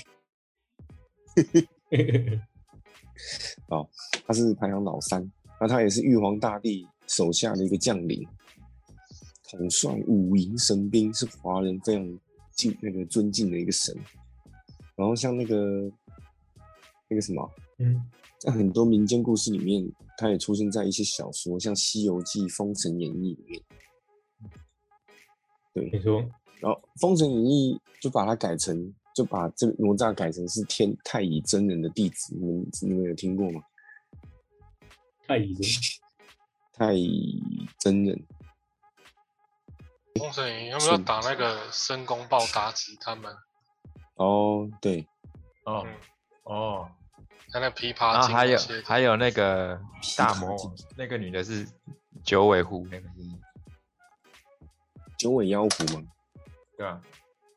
Speaker 3: 哦，他是排行老3，那他也是玉皇大帝手下的一个将领，统帅五营神兵，是华人非常尊敬的一个神。然后像那个什么，在很多民间故事里面，他也出现在一些小说，像《西游记》《封神演义》里面。对，
Speaker 2: 没错。
Speaker 3: 然后《封神演义》就把这个哪吒改成是太乙真人的弟子，你们有听过吗？
Speaker 2: 太乙
Speaker 3: 真人。
Speaker 4: 封神演义要不要打那个申公豹妲己他们？
Speaker 3: 哦，对，
Speaker 4: 他那琵琶精，
Speaker 1: 然后还有那个大魔王，那个女的是九尾狐，那个是
Speaker 3: 九尾妖狐吗？
Speaker 1: 对啊，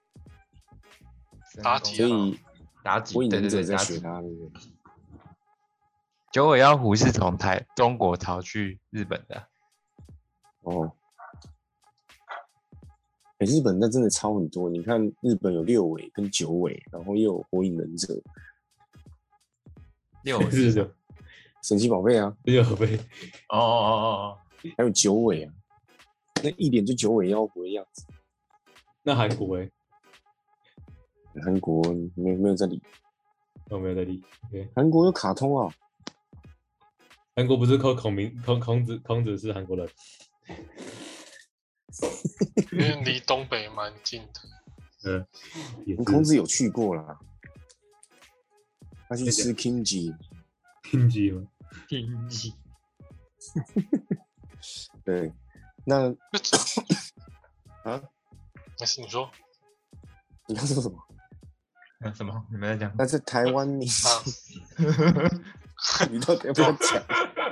Speaker 4: 妲己，
Speaker 3: 所以
Speaker 1: 妲己，
Speaker 3: 火影忍者
Speaker 1: 对，
Speaker 3: 在学他那个。
Speaker 1: 九尾妖狐是从中国逃去日本的。
Speaker 3: 哦，日本那真的超很多。你看日本有6尾跟9尾，然后又有火影忍者。
Speaker 1: 6尾是什么？
Speaker 3: 神奇宝贝啊
Speaker 2: ，6宝贝。
Speaker 3: 哦，还有9尾啊，那一脸就9尾妖狐的样子。
Speaker 2: 那韩国
Speaker 3: 韩国没有在理。
Speaker 2: 没有在理。
Speaker 3: 韩国有卡通啊。
Speaker 2: 韩国不是孔子是韩国人。
Speaker 4: 因为离东北蛮近的。
Speaker 3: 孔子有去过啦，他去吃 kimchi
Speaker 2: 吗
Speaker 1: ？kimchi
Speaker 3: 对，那啊，
Speaker 4: 没事，你说。
Speaker 3: 你要说什么？
Speaker 1: 什么？你们在讲？
Speaker 3: 那是台湾民你到底要不要讲？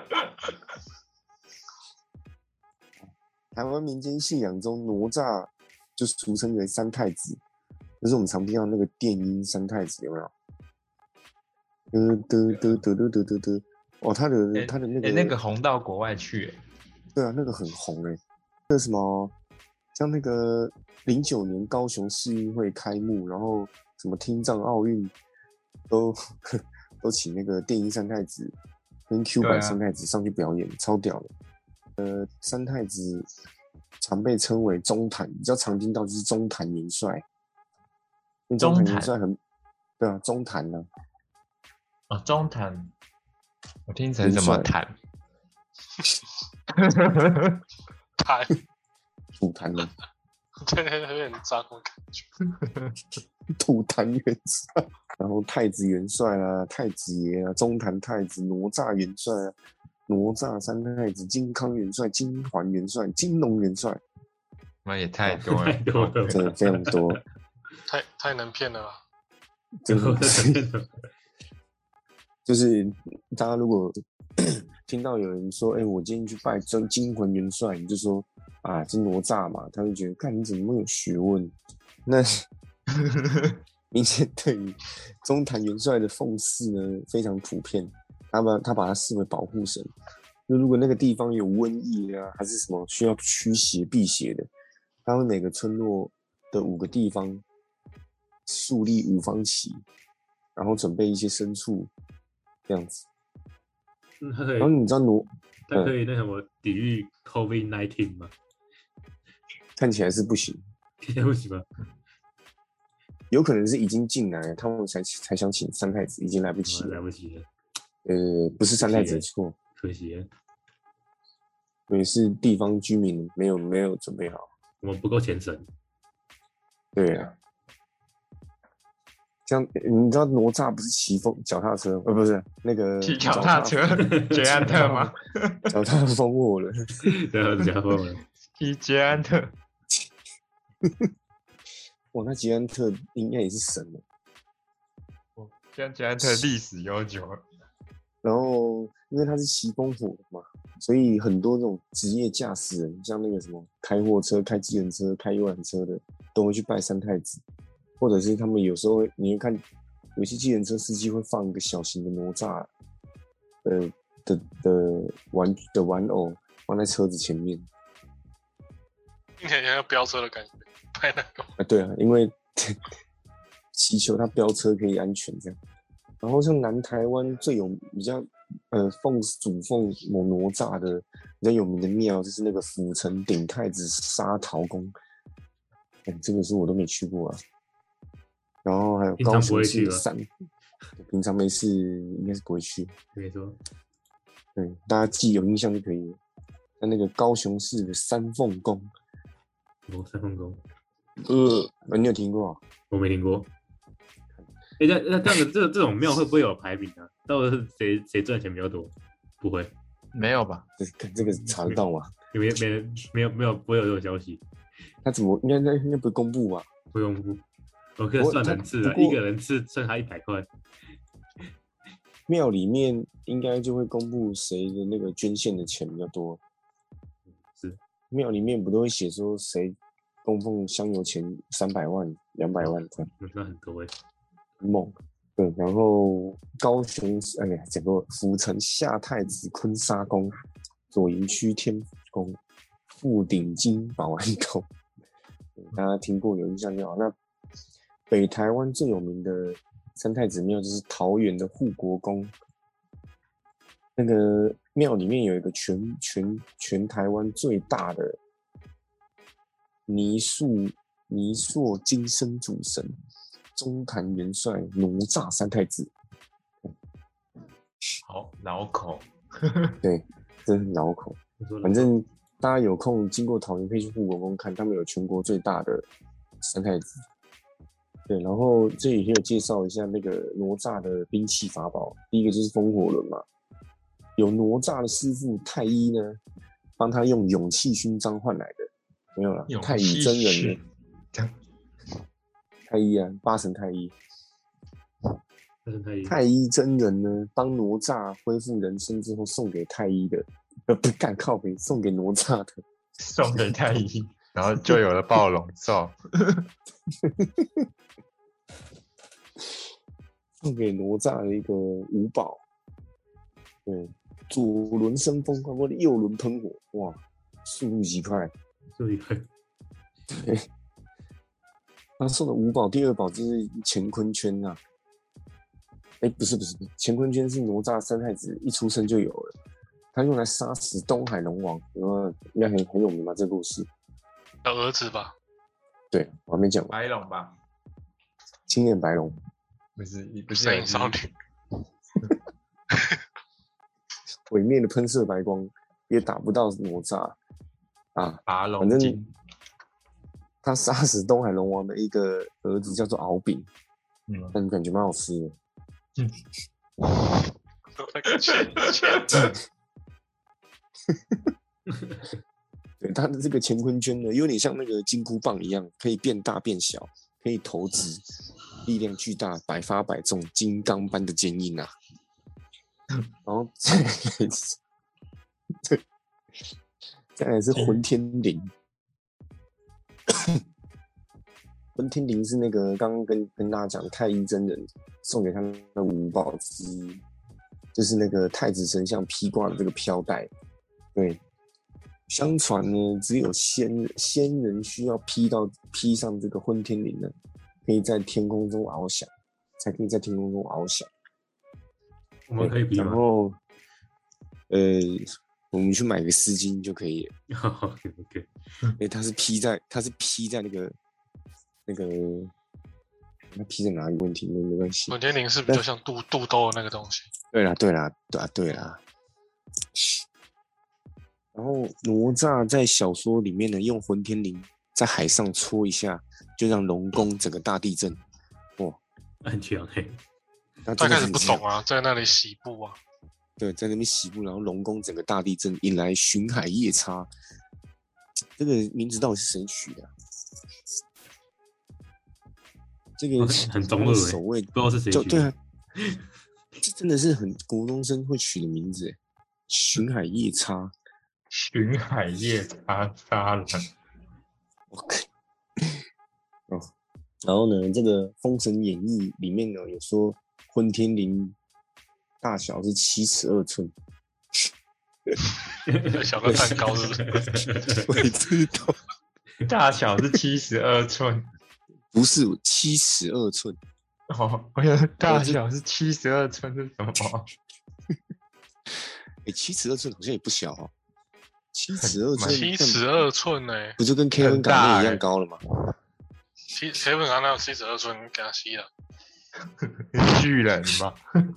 Speaker 3: 台湾民间信仰中，哪吒就俗称为三太子，就是我们常听到那个电音三太子，有没有？哦，他的那
Speaker 1: 个红到国外去，
Speaker 3: 对啊，那个很红那什么，像那个09年高雄世运会开幕，然后什么听障奥运都请那个电音三太子跟 Q 版三太子上去表演，超屌的。三太子常被称为中坛，比较常听到就是中坛元帅。因为中坛元帅对啊，中坛呢。
Speaker 1: 中坛，我听成什么坛？
Speaker 4: 坛，
Speaker 3: 土坛呢？
Speaker 4: 对，有点脏的感觉。
Speaker 3: 土坛元帅，然后太子元帅啊，太子爷啊，中坛太子，哪吒元帅啊。哪吒三太子、金康元帅、金环元帅、金龙元帅，
Speaker 1: 那也太多了，
Speaker 3: 真的非常多，
Speaker 4: 太能骗了吧？
Speaker 3: 真的就是大家如果听到有人说，我今天去拜金环元帅，你就说啊，是哪吒嘛，他会觉得，看你怎么那么有学问？那明显对于中坛元帅的讽刺呢，非常普遍。他把他视为保护神，就如果那个地方有瘟疫啊，还是什么需要驱邪辟邪的，他会每个村落的5个地方树立5方旗，然后准备一些牲畜，这样子。然后你知道
Speaker 2: 他可以那什么抵御 COVID-19 吗？
Speaker 3: 看起来是不行，
Speaker 2: 看起来不行吗？
Speaker 3: 有可能是已经进来了，他们才想请三太子，已经来不及了。
Speaker 2: 来不及了。
Speaker 3: 不是三太子的错，
Speaker 2: 可惜了。
Speaker 3: 也是地方居民没有准备好，
Speaker 2: 我们不够虔诚。
Speaker 3: 对啊，像你知道哪吒不是骑脚踏车，不是那个
Speaker 1: 骑脚踏车，捷安特吗？
Speaker 3: 脚踏风火轮，
Speaker 2: 对，脚踏风火轮，
Speaker 1: 骑捷安特。
Speaker 3: 哇，那捷安特应该也是神了。
Speaker 1: 像捷安特历史悠久，
Speaker 3: 然后因为他是骑风火轮嘛，所以很多这种职业驾驶人，像那个什么开货车、开计程车、开游览车的，都会去拜三太子，或者是他们有时候你会看有些计程车司机会放一个小型的哪吒的玩偶放在车子前面，
Speaker 4: 听起来像飙车的感觉，拍那个。
Speaker 3: 对啊，因为祈求他飙车可以安全这样。然后像南台湾最有比较主奉哪吒的比较有名的庙，就是那个府城顶太子沙桃宫，这个是我都没去过啊。然后还有高雄市平常没事应该是不会去，
Speaker 2: 没错。
Speaker 3: 对，大家记有印象就可以了。那个高雄市的三凤宫，
Speaker 2: 三凤宫，
Speaker 3: 你有听过啊？
Speaker 2: 我没听过。那这样子，这种庙会不会有排名啊？到底是谁赚钱比较多？不会，
Speaker 1: 没有吧？
Speaker 3: 这个查得到吗？
Speaker 2: 没有，不会有这种消息。
Speaker 3: 他怎么应该不会公布吧？
Speaker 2: 不公布，我可以算人次啊，一个人次算他100块。
Speaker 3: 庙里面应该就会公布谁的那个捐献的钱比较多。
Speaker 2: 是，
Speaker 3: 庙里面不都会写说谁供奉香油钱300万、200万这样？
Speaker 2: 那很多
Speaker 3: 猛。对，然后高雄整个府城下太子坤沙宫、左营区天福宫、富鼎金保安宫，大家听过有印象就好。那北台湾最有名的三太子庙就是桃园的护国宫，那个庙里面有一个全台湾最大的泥塑金身主神中坛元帅哪吒三太子。
Speaker 1: 好绕口。
Speaker 3: 对，真的绕口。反正大家有空经过桃园可以去护国宫看，他们有全国最大的三太子。对，然后这里也有介绍一下那个哪吒的兵器法宝。第一个就是风火轮嘛，有哪吒的师傅太一呢，帮他用勇气勋章换来的，没有啦，太乙真人的太一啊，八神太一。太一真人呢，帮哪吒恢复人生之后送给太一的，不敢靠北，送给哪吒的，
Speaker 1: 送给太一，然后就有了暴龙兽。
Speaker 3: 送给哪吒的一个五宝，对，左轮生风，或者右轮喷火，哇，速度极快，对，他送的五宝，第二宝就是乾坤圈啊。不是，乾坤圈是哪吒三太子一出生就有了，他用来杀死东海龙王，应该很有名吧？这个故事。
Speaker 4: 的儿子吧？
Speaker 3: 对，我还没讲完。
Speaker 1: 白龙吧？
Speaker 3: 青眼白龙。
Speaker 1: 不是
Speaker 4: 神隐少女。
Speaker 3: 毁灭的喷射白光也打不到哪吒啊！
Speaker 1: 反正
Speaker 3: 他杀死东海龙王的一个儿子叫做敖丙，但感觉蛮好吃的。
Speaker 4: 那个钱
Speaker 3: 对，他的这个乾坤圈呢，有点像那个金箍棒一样，可以变大变小，可以投掷，力量巨大，百发百中，金刚般的坚硬啊！然后再来是混天绫。混天绫是那个刚刚跟大家讲太一真人送给他的五宝之一，就是那个太子神像披挂的这个飘带。对，相传呢，只有仙人需要披上这个混天绫呢，可以在天空中翱翔，才可以在天空中翱翔。
Speaker 2: 我们可以披吗？
Speaker 3: 然后，我们去买个丝巾就可以了。
Speaker 2: OK，
Speaker 3: 因为它是披在那个那披在哪里问题没关系。
Speaker 4: 混天绫是比较像肚兜的那个东西。
Speaker 3: 对啦。然后哪吒在小说里面呢，用混天绫在海上戳一下，就让龙宫整个大地震。哇，
Speaker 2: 很强嘿。
Speaker 4: 他开始不懂啊，在那里洗步啊。
Speaker 3: 对，在那边洗步，然后龙宫整个大地震，引来巡海夜叉。这个名字到底是谁取的？这个
Speaker 2: 很中二
Speaker 3: 守卫，
Speaker 2: 不知道是谁取的。
Speaker 3: 对啊，这真的是很国中生会取的名字，巡海夜叉。
Speaker 1: 巡海夜叉杀人。
Speaker 3: OK。哦，然后呢，这个《封神演义》里面呢有说混天绫大小是72寸。
Speaker 4: 小个蛋糕是不是？
Speaker 3: 我也知道，
Speaker 1: 大小是72寸，
Speaker 3: 不是72寸。
Speaker 1: 哦，我想大小是72寸是什么
Speaker 3: ？72寸好像也不小哦。72寸
Speaker 4: ，72寸呢？
Speaker 3: 不就跟 Kevin 港那一样高了吗
Speaker 4: ？Kevin 港那有72寸，给他吸了。
Speaker 1: 巨人吧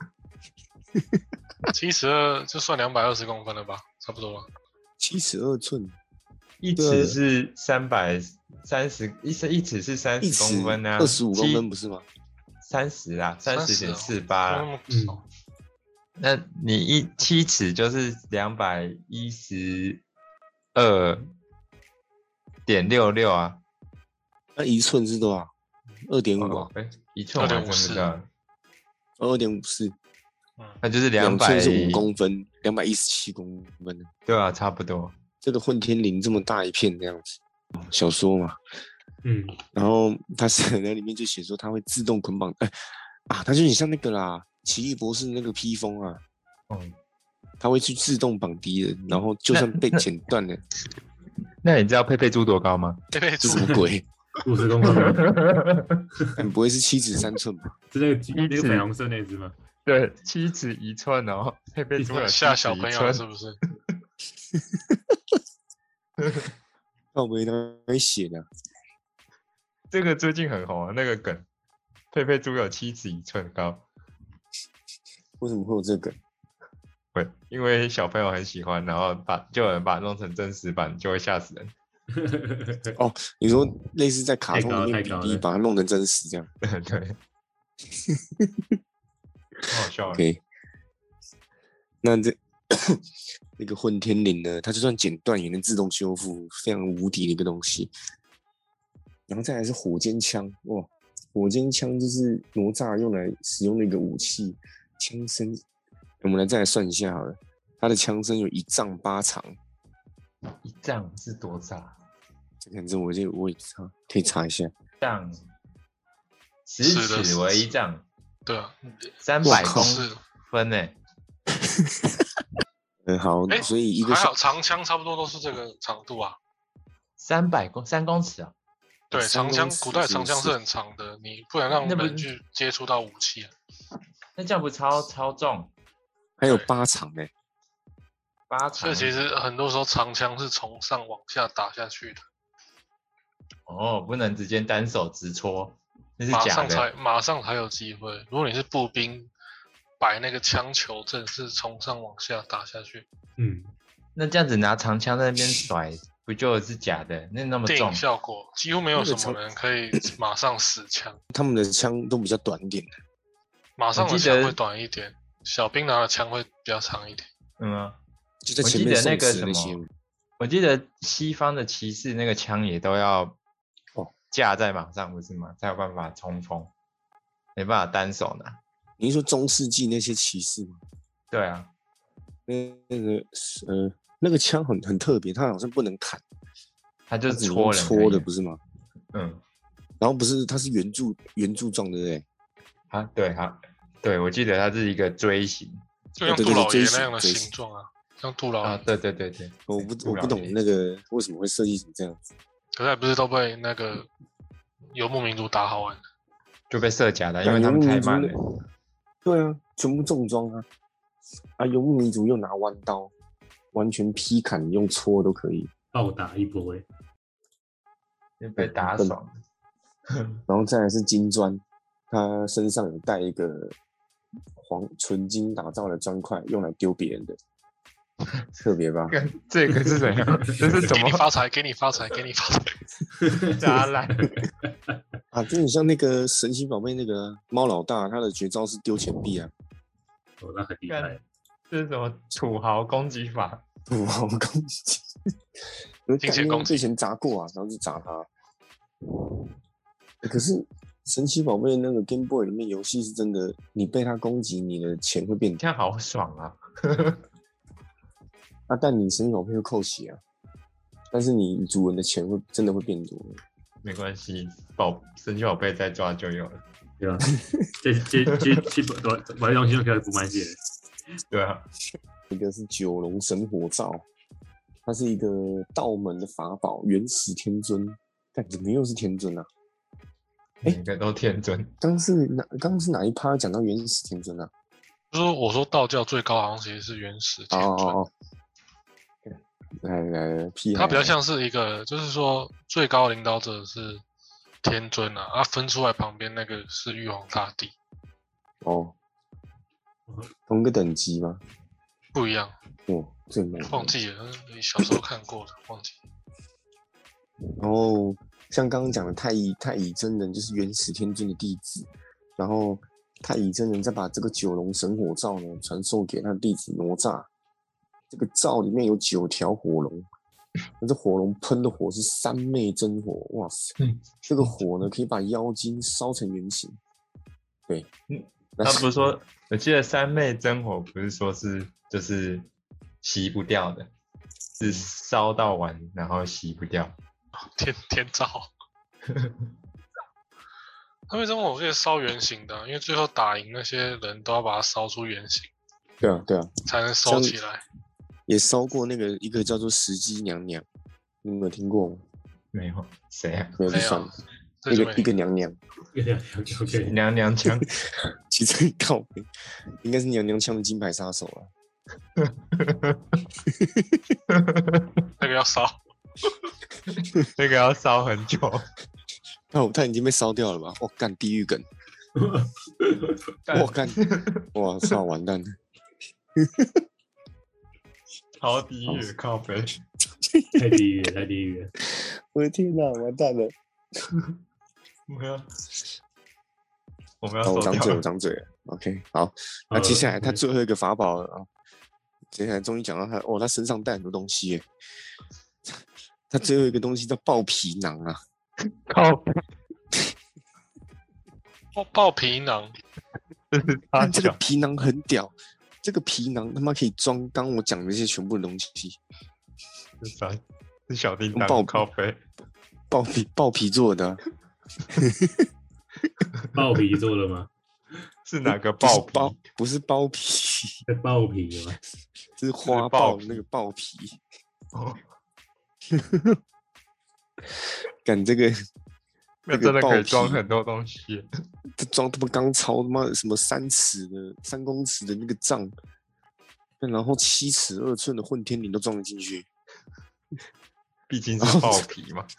Speaker 4: ？72就算220公分了吧，差不多了。
Speaker 3: 72寸，
Speaker 1: 一尺是330，一尺是30公分啊
Speaker 3: ，25公分不是吗
Speaker 1: ？30啊，30.48啦。那你7尺就是212.66啊。
Speaker 3: 那1寸是多少？2.5啊
Speaker 1: ？1寸我真不知道。
Speaker 3: 2.54。
Speaker 1: 那就是
Speaker 3: 2寸是5公分，217公分。
Speaker 1: 对啊，差不多。
Speaker 3: 这个混天绫这么大一片这样子，小说嘛。然后它在里面就写说它会自动捆绑，它就很像那个啦，奇异博士那个披风啊。它会去自动绑敌人，然后就算被剪断了。
Speaker 1: 那你知道佩佩猪多高吗？
Speaker 3: 这什么鬼
Speaker 2: ？50公分。
Speaker 3: 你不会是7尺3寸吧？
Speaker 2: 是那个粉红色那只吗？
Speaker 1: 对，7尺1寸哦。佩佩猪
Speaker 4: 吓小朋友是不是？
Speaker 3: 那我没哪写的。
Speaker 1: 这个最近很红啊，那个梗，佩佩猪有7尺1寸高。
Speaker 3: 为什么会有这个梗？
Speaker 1: 会，因为小朋友很喜欢，然后就有人把它弄成真实版，就会吓死人。
Speaker 3: 哦，你说类似在卡通里面比例把它弄成真实这样？
Speaker 1: 对。好好笑。
Speaker 3: OK。那那个混天绫呢？它就算剪断也能自动修复，非常无敌的一个东西。然后再来是火尖枪，哇，火尖枪就是哪吒用来使用的一个武器，枪声。我们再来算一下好了，它的枪声有1丈8长。
Speaker 1: 1丈是多大？
Speaker 3: 这我也可以查一下。
Speaker 1: 丈10尺为1丈。
Speaker 4: 对啊
Speaker 1: ，300公分呢。
Speaker 3: 好，所以一个
Speaker 4: 还好长枪差不多都是这个长度啊。
Speaker 1: 3公尺啊。
Speaker 4: 对，长枪，古代长枪是很长的，你不能让人去接触到武器啊。
Speaker 1: 那这样不超重？
Speaker 3: 还有8长哎
Speaker 1: ，8长。
Speaker 4: 所以其实很多时候长枪是从上往下打下去的。
Speaker 1: 哦，不能直接单手直戳，那是假的。
Speaker 4: 马上才有机会。如果你是步兵，摆那个枪球阵是从上往下打下去。
Speaker 1: 那这样子拿长枪在那边甩，不就是假的？那么重。
Speaker 4: 电影效果几乎没有什么人可以马上死枪。
Speaker 3: 他们的枪都比较短一点的。
Speaker 4: 马上的枪会短一点，小兵拿的枪会比较长一点。
Speaker 3: 就在前面送死那些。
Speaker 1: 我记得西方的骑士那个枪也都要架在马上，不是吗？才有办法冲锋，没办法单手拿。
Speaker 3: 你是说中世纪那些骑士吗？
Speaker 1: 对啊，
Speaker 3: 那个枪很特别，它好像不能砍，
Speaker 1: 它就是
Speaker 3: 戳的，不是吗？然后不是，它是圆柱状，对不对？
Speaker 1: 对，我记得它是一个锥形，
Speaker 4: 就像杜老爷那样的形状啊，像杜老爷。
Speaker 1: 对。
Speaker 3: 我不懂那个为什么会设计成这样子。
Speaker 4: 可是还不是都被那个游牧民族打好玩的，
Speaker 1: 就被射假的，因为他们太慢了。
Speaker 3: 对啊，全部重装啊！游牧民族又拿弯刀，完全劈砍用戳都可以，
Speaker 2: 暴打一波
Speaker 1: 被打爽。
Speaker 3: 然后再来是金砖， 他身上有带一个纯金打造的砖块，用来丢别人的，特别吧？
Speaker 1: 这个是怎样？这是什么？
Speaker 4: 给你发财，给你发财，给你发财！
Speaker 1: 渣烂
Speaker 3: 啊，就很像那个神奇宝贝那个猫老大，他的绝招是丢钱币啊。
Speaker 2: 哦，那很厉害。
Speaker 1: 这是什么土豪攻击法？
Speaker 3: 土豪攻击，
Speaker 4: 金钱攻击，
Speaker 3: 被钱砸过啊，然后就砸他。可是神奇宝贝那个 Game Boy 里面游戏是真的，你被他攻击，你的钱会变多。
Speaker 1: 这样好爽啊！
Speaker 3: 啊，但你神奇宝贝会扣血啊，但是你主人的钱真的会变多。
Speaker 1: 没关系，神奇宝贝再抓就有了。
Speaker 2: 对啊，这玩东西就可以不卖血。
Speaker 1: 对啊，
Speaker 3: 一个是九龙神火罩，它是一个道门的法宝，原始天尊。但怎么又是天尊啊？
Speaker 1: 每个都天尊。
Speaker 3: 刚是哪一趴讲到原始天尊啊？
Speaker 4: 就是我说道教最高好像其实是原始天尊。
Speaker 3: 哦。来，屁孩！
Speaker 4: 它比较像是一个，就是说最高领导者是天尊啊，分出来旁边那个是玉皇大帝。
Speaker 3: 哦，同个等级吗？
Speaker 4: 不一样。
Speaker 3: 哦，最美。
Speaker 4: 忘记了，小时候看过的，忘记。
Speaker 3: 然后像刚刚讲的太乙真人就是原始天尊的弟子，然后太乙真人再把这个九龙神火罩呢传授给他的弟子哪吒。这个罩里面有9条火龙，那这火龙喷的火是三昧真火，哇塞！这个火呢可以把妖精烧成原形。对，
Speaker 1: 他不是说，我记得三昧真火不是说是就是熄不掉的，是烧到完然后熄不掉。
Speaker 4: 天照。他为什么我记得烧原形的因为最后打赢那些人都要把它烧出原形。
Speaker 3: 对啊，
Speaker 4: 才能收起来。
Speaker 3: 也烧过那个一个叫做石矶娘娘，你有没有听过吗？
Speaker 1: 没有，谁啊？
Speaker 3: 没有就算了。一个娘娘，
Speaker 1: 娘娘腔，
Speaker 3: 其实靠北，应该是娘娘腔的金牌杀手了。
Speaker 4: 那个要烧，
Speaker 1: 那个要烧很久。
Speaker 3: 他已经被烧掉了吧？我干地狱梗，我干，哇操，完蛋了！
Speaker 1: 超地狱，靠北，
Speaker 2: 太地狱了！
Speaker 3: 我的天哪，完蛋了！
Speaker 1: 我们要
Speaker 3: 我张嘴了。OK， 好，那接下来他最后一个法宝了啊！接下来终于讲到他身上带很多东西耶。他最后一个东西叫爆皮囊啊！
Speaker 1: 靠北，
Speaker 4: 爆皮囊，
Speaker 3: 但这个皮囊很屌。这个皮囊他妈可以装刚我讲的这些全部的东西，
Speaker 1: 是小叮当靠背，
Speaker 3: 爆皮做的、啊，
Speaker 2: 爆皮做的吗？
Speaker 1: 是哪个爆皮？
Speaker 3: 不是包皮，
Speaker 2: 是爆皮吗？
Speaker 3: 是花豹的那个爆皮。哦，干这个。
Speaker 1: 那真的可以装很多东西，
Speaker 3: 这装他妈刚抄他妈什么3公尺的那个杖，然后7尺2寸的混天绫都装得进去，
Speaker 1: 毕竟是爆皮嘛。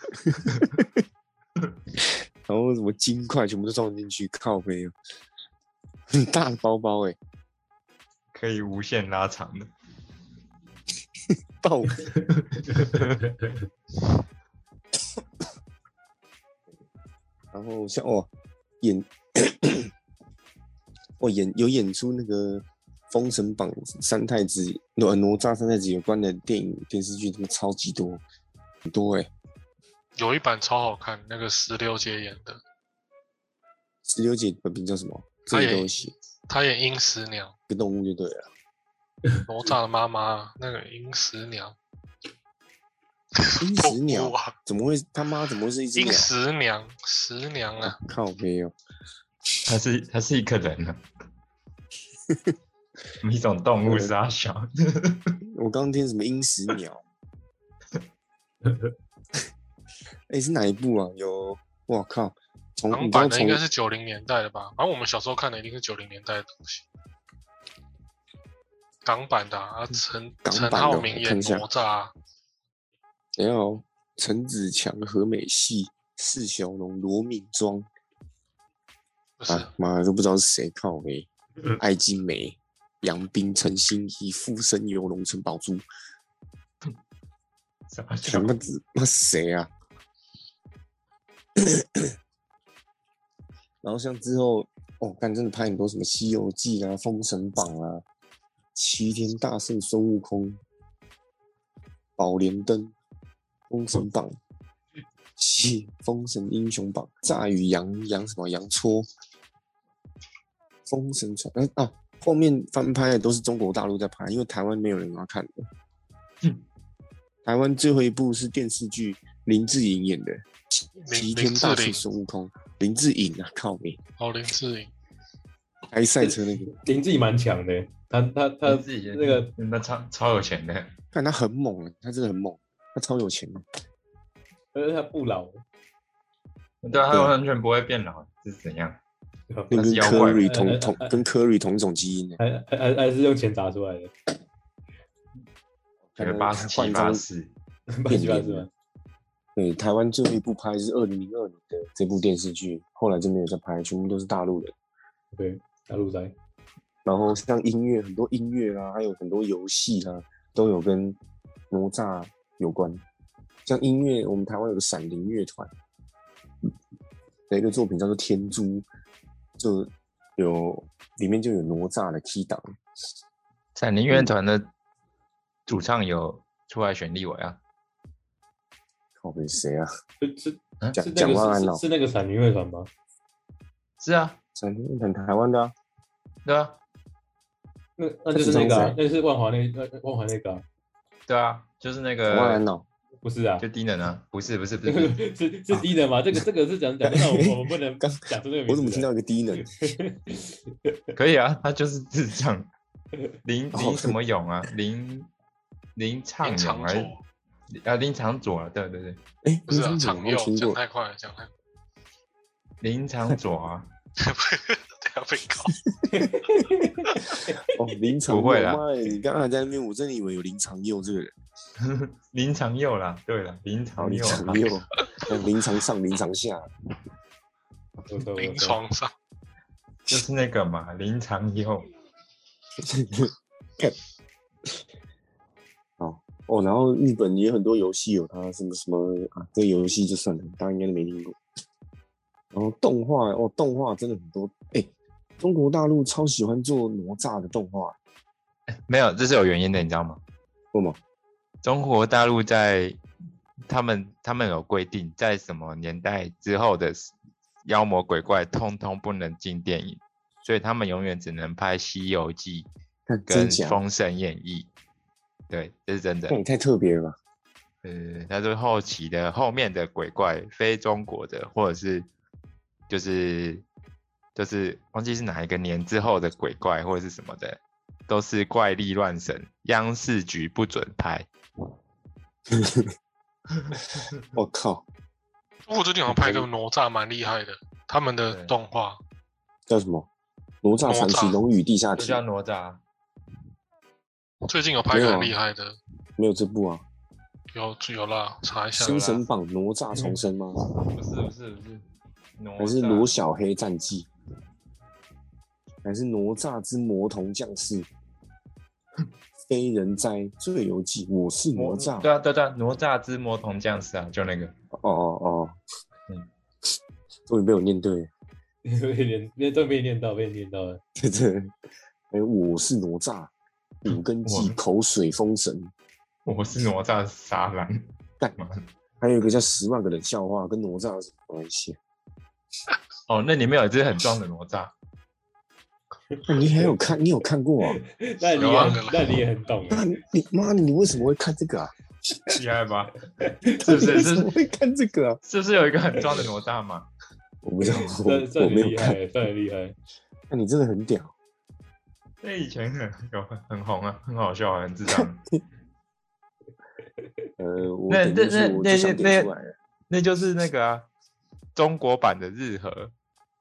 Speaker 3: 然后什么金块全部都装进去，靠背哦，很大的包包哎，
Speaker 1: 可以无限拉长的
Speaker 3: 爆皮。然后像演出那个《封神榜》三太子哪吒三太子有关的电影电视剧，他妈超级多，很多哎。
Speaker 4: 有一版超好看，那个石榴姐演的。
Speaker 3: 石榴姐本名叫什么？
Speaker 4: 她演殷十娘，
Speaker 3: 个动物就对了。
Speaker 4: 哪吒的妈妈，那个殷十娘。
Speaker 3: 殷十娘怎么会？他妈怎么会是一只鸟？
Speaker 4: 殷十娘，十娘啊！
Speaker 3: 靠背哦，
Speaker 1: 他是一个人啊，一种动物是阿小。
Speaker 3: 我刚刚听什么殷十鸟？是哪一部啊？有，我靠！
Speaker 4: 港版的应该是90年代的吧？反正我们小时候看的一定是90年代的东西。港版的啊，陈浩民演哪吒。
Speaker 3: 然后陈子强、何美系、释小龙、罗敏庄，
Speaker 4: 不是
Speaker 3: 啊，妈都不知道是谁靠北。艾金梅、杨冰、陈欣怡、富生游龙、陈宝珠，全部那谁啊？然后像之后干真的拍很多什么《西游记》啊、《封神榜》啊、《齐天大圣孙悟空》、《宝莲灯》、《封神榜》、《封神英雄榜》、炸鱼杨什么杨搓、封神传后面翻拍的都是中国大陆在拍，因为台湾没有人要看的。台湾最后一部是电视剧林志颖演的《齐天大圣孙悟空》，林志颖啊，靠你！
Speaker 4: 林志颖
Speaker 3: 开赛车那个，
Speaker 2: 林志颖蛮强的，他
Speaker 1: 自己
Speaker 2: 那个
Speaker 1: 那超有钱的，
Speaker 3: 看他很猛，他真的很猛，他超有钱的，
Speaker 2: 而且他不老，
Speaker 1: 对啊，他完全不会变老，是怎样？
Speaker 3: 跟
Speaker 1: 是妖怪
Speaker 3: 跟科瑞同一种基因的，
Speaker 2: 还是用钱砸出来的，
Speaker 1: 可能87、84，
Speaker 2: 变脸是吗？
Speaker 3: 对，台湾最后一部拍是2002年的这部电视剧，后来就没有再拍，全部都是大陆人。
Speaker 2: 对，大陆仔。
Speaker 3: 然后像音乐，很多音乐啦，还有很多游戏啦，都有跟哪吒有关。像音乐，我们台湾有个闪灵乐团的一个作品叫做《天珠》，就里面就有哪吒的 key 档。
Speaker 1: 闪灵乐团的主唱有出来选立委啊？
Speaker 3: 靠北谁啊？
Speaker 2: 是那个闪灵乐团吗？
Speaker 1: 是啊，
Speaker 3: 闪灵乐团台湾的啊。
Speaker 1: 对啊，
Speaker 2: 那就是那个啊，那是万华那个啊。对
Speaker 1: 啊，就是那个。
Speaker 3: 万安哦。
Speaker 2: 不是啊，
Speaker 1: 就低能啊？不是，
Speaker 2: 是低能吗？这个是讲，那我们不能讲出这个名字。
Speaker 3: 我怎么听到一个低能？
Speaker 1: 可以啊，他就是智障。林什么勇啊？林畅勇还是林长佐啊？对。
Speaker 4: 不是啊，长佑讲太快了，讲太快。
Speaker 1: 林长佐啊。
Speaker 4: 等下被
Speaker 3: 告。林长佑
Speaker 1: 不会啦，
Speaker 3: 你刚才在那边，我真的以为有林长佑这个人。
Speaker 1: 林长佑啦，对了，林长佑，
Speaker 3: 林长上，林长下，
Speaker 4: 临床上，
Speaker 1: 就是那个嘛，林长佑。
Speaker 3: 然后日本也有很多游戏有它什么啊，这个游戏就算了，大家应该都没听过。然后动画真的很多，中国大陆超喜欢做哪吒的动画。
Speaker 1: 没有，这是有原因的，你知道吗？
Speaker 3: 为什么？
Speaker 1: 中国大陆在他们有规定，在什么年代之后的妖魔鬼怪通通不能进电影，所以他们永远只能拍《西游记》跟《封神演义》。对，这是真的。
Speaker 3: 那也太特别了吧？
Speaker 1: 它是后面的鬼怪，非中国的，或者是就是忘记是哪一个年之后的鬼怪或者是什么的，都是怪力乱神，央视局不准拍。
Speaker 3: 我靠！
Speaker 4: 我最近好像拍个哪吒蛮厉害的，他们的动画
Speaker 3: 叫什么？哪吒传奇龙与地下
Speaker 1: 就叫哪吒。
Speaker 4: 最近有拍个很厉害的，
Speaker 3: 没有这部啊？
Speaker 4: 有啦，查一下。
Speaker 3: 封神榜哪吒重生吗？
Speaker 1: 不是，
Speaker 3: 还是罗小黑战记？还是哪吒之魔童降世？非人哉罪游记，我是哪吒。
Speaker 1: 对啊，哪吒之魔童降世啊，就那个。
Speaker 3: 终于被我念对了。
Speaker 2: 都被念到了。
Speaker 3: 对，我是哪吒，五根记口水封神。
Speaker 1: 我是哪吒沙兰。
Speaker 3: 还有一个叫10万个冷笑话，跟哪吒有什么关系？
Speaker 1: 那里面有一只很壮的哪吒。
Speaker 3: 你有看过啊？
Speaker 2: 那你也很懂。
Speaker 3: 那你为什么会看这个啊？
Speaker 1: 厉害吧？是不是？
Speaker 3: 为什么会看这个啊？
Speaker 1: 是不是有一个很壮的哪吒嘛？
Speaker 3: 我不知道，我没有看，
Speaker 2: 算很厉害。
Speaker 3: 那你真的很屌。
Speaker 1: 那以前很红啊，很好笑啊，很智障。那就是那个啊，中国版的日和。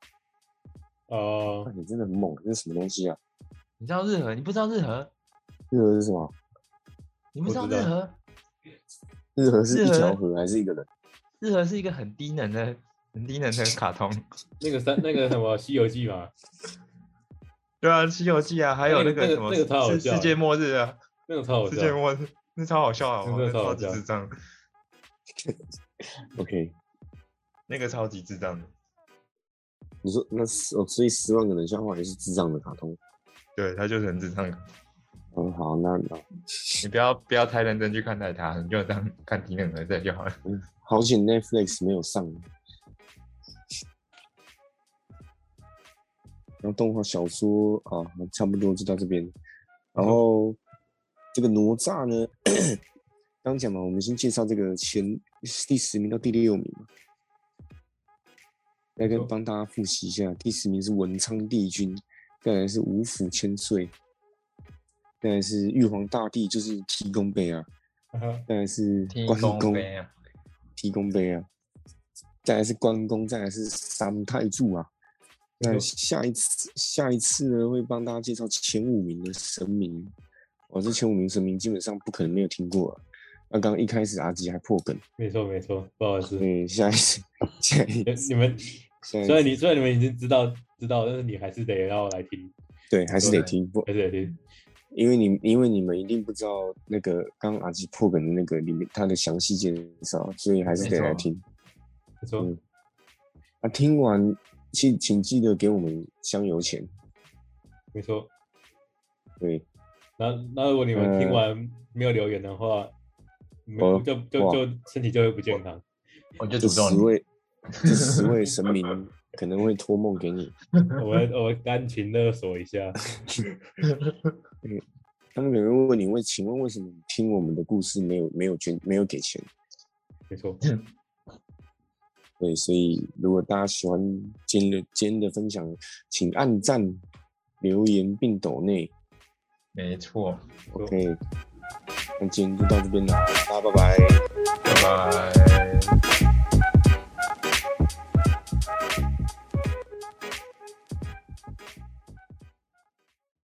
Speaker 3: 你真的很猛，这是什么东西啊？
Speaker 1: 你知道日和？你不知道日和？
Speaker 3: 日和是什么？
Speaker 1: 你不知道日和？
Speaker 3: 日和是一条河还是一个人？
Speaker 1: 日和是一个很低能的很低能的卡通。
Speaker 2: 那个什么《西游记》嘛，
Speaker 1: 对啊，《西游记》啊，还有那个什么
Speaker 2: 那个超好笑
Speaker 1: 世界末日啊，
Speaker 2: 那个超好笑，
Speaker 1: 世界末日那超好笑啊，
Speaker 2: 真的超好
Speaker 1: 超级
Speaker 2: 笑
Speaker 1: 智障，
Speaker 3: OK，
Speaker 1: 那个超级智障的。
Speaker 3: 你说那所以10万个冷笑话也是智障的卡通。
Speaker 1: 对，他就是很智障的。
Speaker 3: 好，那
Speaker 1: 你不要太认真去看待它，你就当看低能儿在就好了。
Speaker 3: 好险 Netflix 没有上。然后动画小说啊，差不多就到这边。然后这个哪吒呢，刚讲嘛，我们先介绍这个第10名到第6名嘛，来帮大家复习一下。第10名是文昌帝君，再来是五府千岁，再来是玉皇大帝，就是提供杯啊，再来是关公提供杯啊，再来是关公，再来是三太柱啊。那下一次呢，会帮大家介绍前5名的神明。这前5名神明基本上不可能没有听过啊。那刚刚一开始阿吉还破梗，
Speaker 2: 没错，不好意思。
Speaker 3: 对，下一次
Speaker 2: 你们虽然你们已经知道，但是你还是得要来听。
Speaker 3: 对，还是得听，
Speaker 2: 还是得听。
Speaker 3: 因为你们一定不知道那个刚刚阿吉破梗的那个里面它的详细介绍，所以还是得来听。
Speaker 2: 没错。
Speaker 3: 听完请记得给我们香油钱。
Speaker 2: 没错。
Speaker 3: 对。
Speaker 2: 那如果你们听完没有留言的话，就身体就会不健康。
Speaker 1: 我就诅咒你。
Speaker 3: 这10位神明可能会托梦给你。
Speaker 2: 我感情勒索一下。
Speaker 3: 他们可能会问你请问为什么你听我们的故事没有给钱？
Speaker 2: 没错。
Speaker 3: 对，所以如果大家喜欢今天的分享，请按赞、留言并抖内。
Speaker 1: 没错。
Speaker 3: OK，那今天就到这边了，大家拜拜。
Speaker 1: 拜拜。